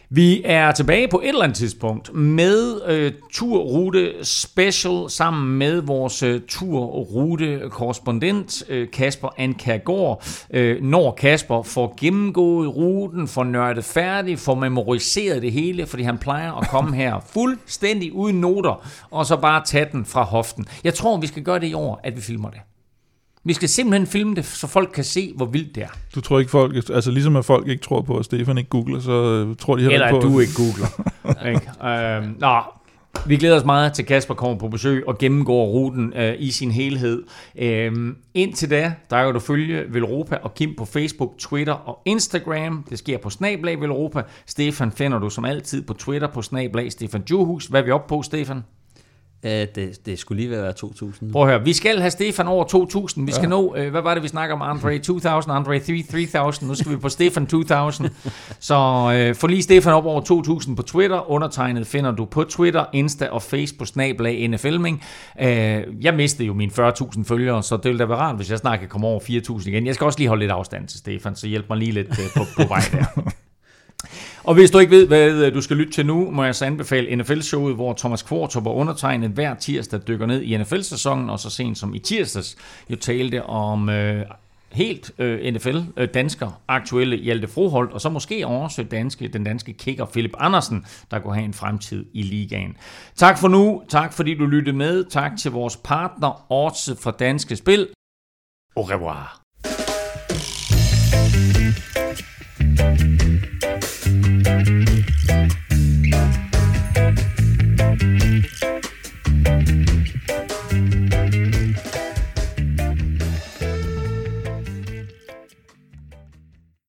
Vi er tilbage på et eller andet tidspunkt med øh, turrute special sammen med vores øh, turrute-korrespondent øh, Kasper Ankergaard. Øh, når Kasper får gennemgået ruten, får nørdet færdig, får memoriseret det hele, fordi han plejer at komme her fuldstændig uden noter, og så bare tage den fra hoften. Jeg tror, vi skal gøre det i år, at vi filmer det. Vi skal simpelthen filme det, så folk kan se, hvor vildt det er. Du tror ikke folk, altså ligesom at folk ikke tror på, at Stefan ikke googler, så tror de heller Eller ikke på... Eller at du ikke googler. ikke? Øhm, nå, vi glæder os meget til Kasper kommer på besøg og gennemgår ruten øh, i sin helhed. Øhm, indtil da, der kan du følge Velropa og Kim på Facebook, Twitter og Instagram. Det sker på snablag Velropa. Stefan finder du som altid på Twitter på snablag Stefan Djurhus. Hvad er vi oppe på, Stefan? Det, det skulle lige være to tusind. Prøv at høre, vi skal have Stefan over to tusind. Vi skal ja. nå, øh, hvad var det, vi snakker om? Andre to tusind, Andre tre tusind. Nu skal vi på Stefan to tusind. Så øh, få lige Stefan op over to tusind på Twitter. Undertegnet finder du på Twitter, Insta og Face på snablag N F Lming. Øh, jeg mistede jo mine fyrre tusind følgere, så det ville da være rart, hvis jeg snart kan komme over fire tusind igen. Jeg skal også lige holde lidt afstand til Stefan, så hjælp mig lige lidt øh, på, på vej der. Og hvis du ikke ved, hvad du skal lytte til nu, må jeg så anbefale N F L-showet, hvor Thomas Kvartrup og undertegnet hver tirsdag dykker ned i N F L-sæsonen, og så sent som i tirsdags jo talte om øh, helt øh, N F L-dansker, aktuelle Hjalte Froholt, og så måske også danske, den danske kicker Philip Andersen, der går have en fremtid i ligaen. Tak for nu, tak fordi du lyttede med, tak til vores partner Odds fra Danske Spil. Au revoir.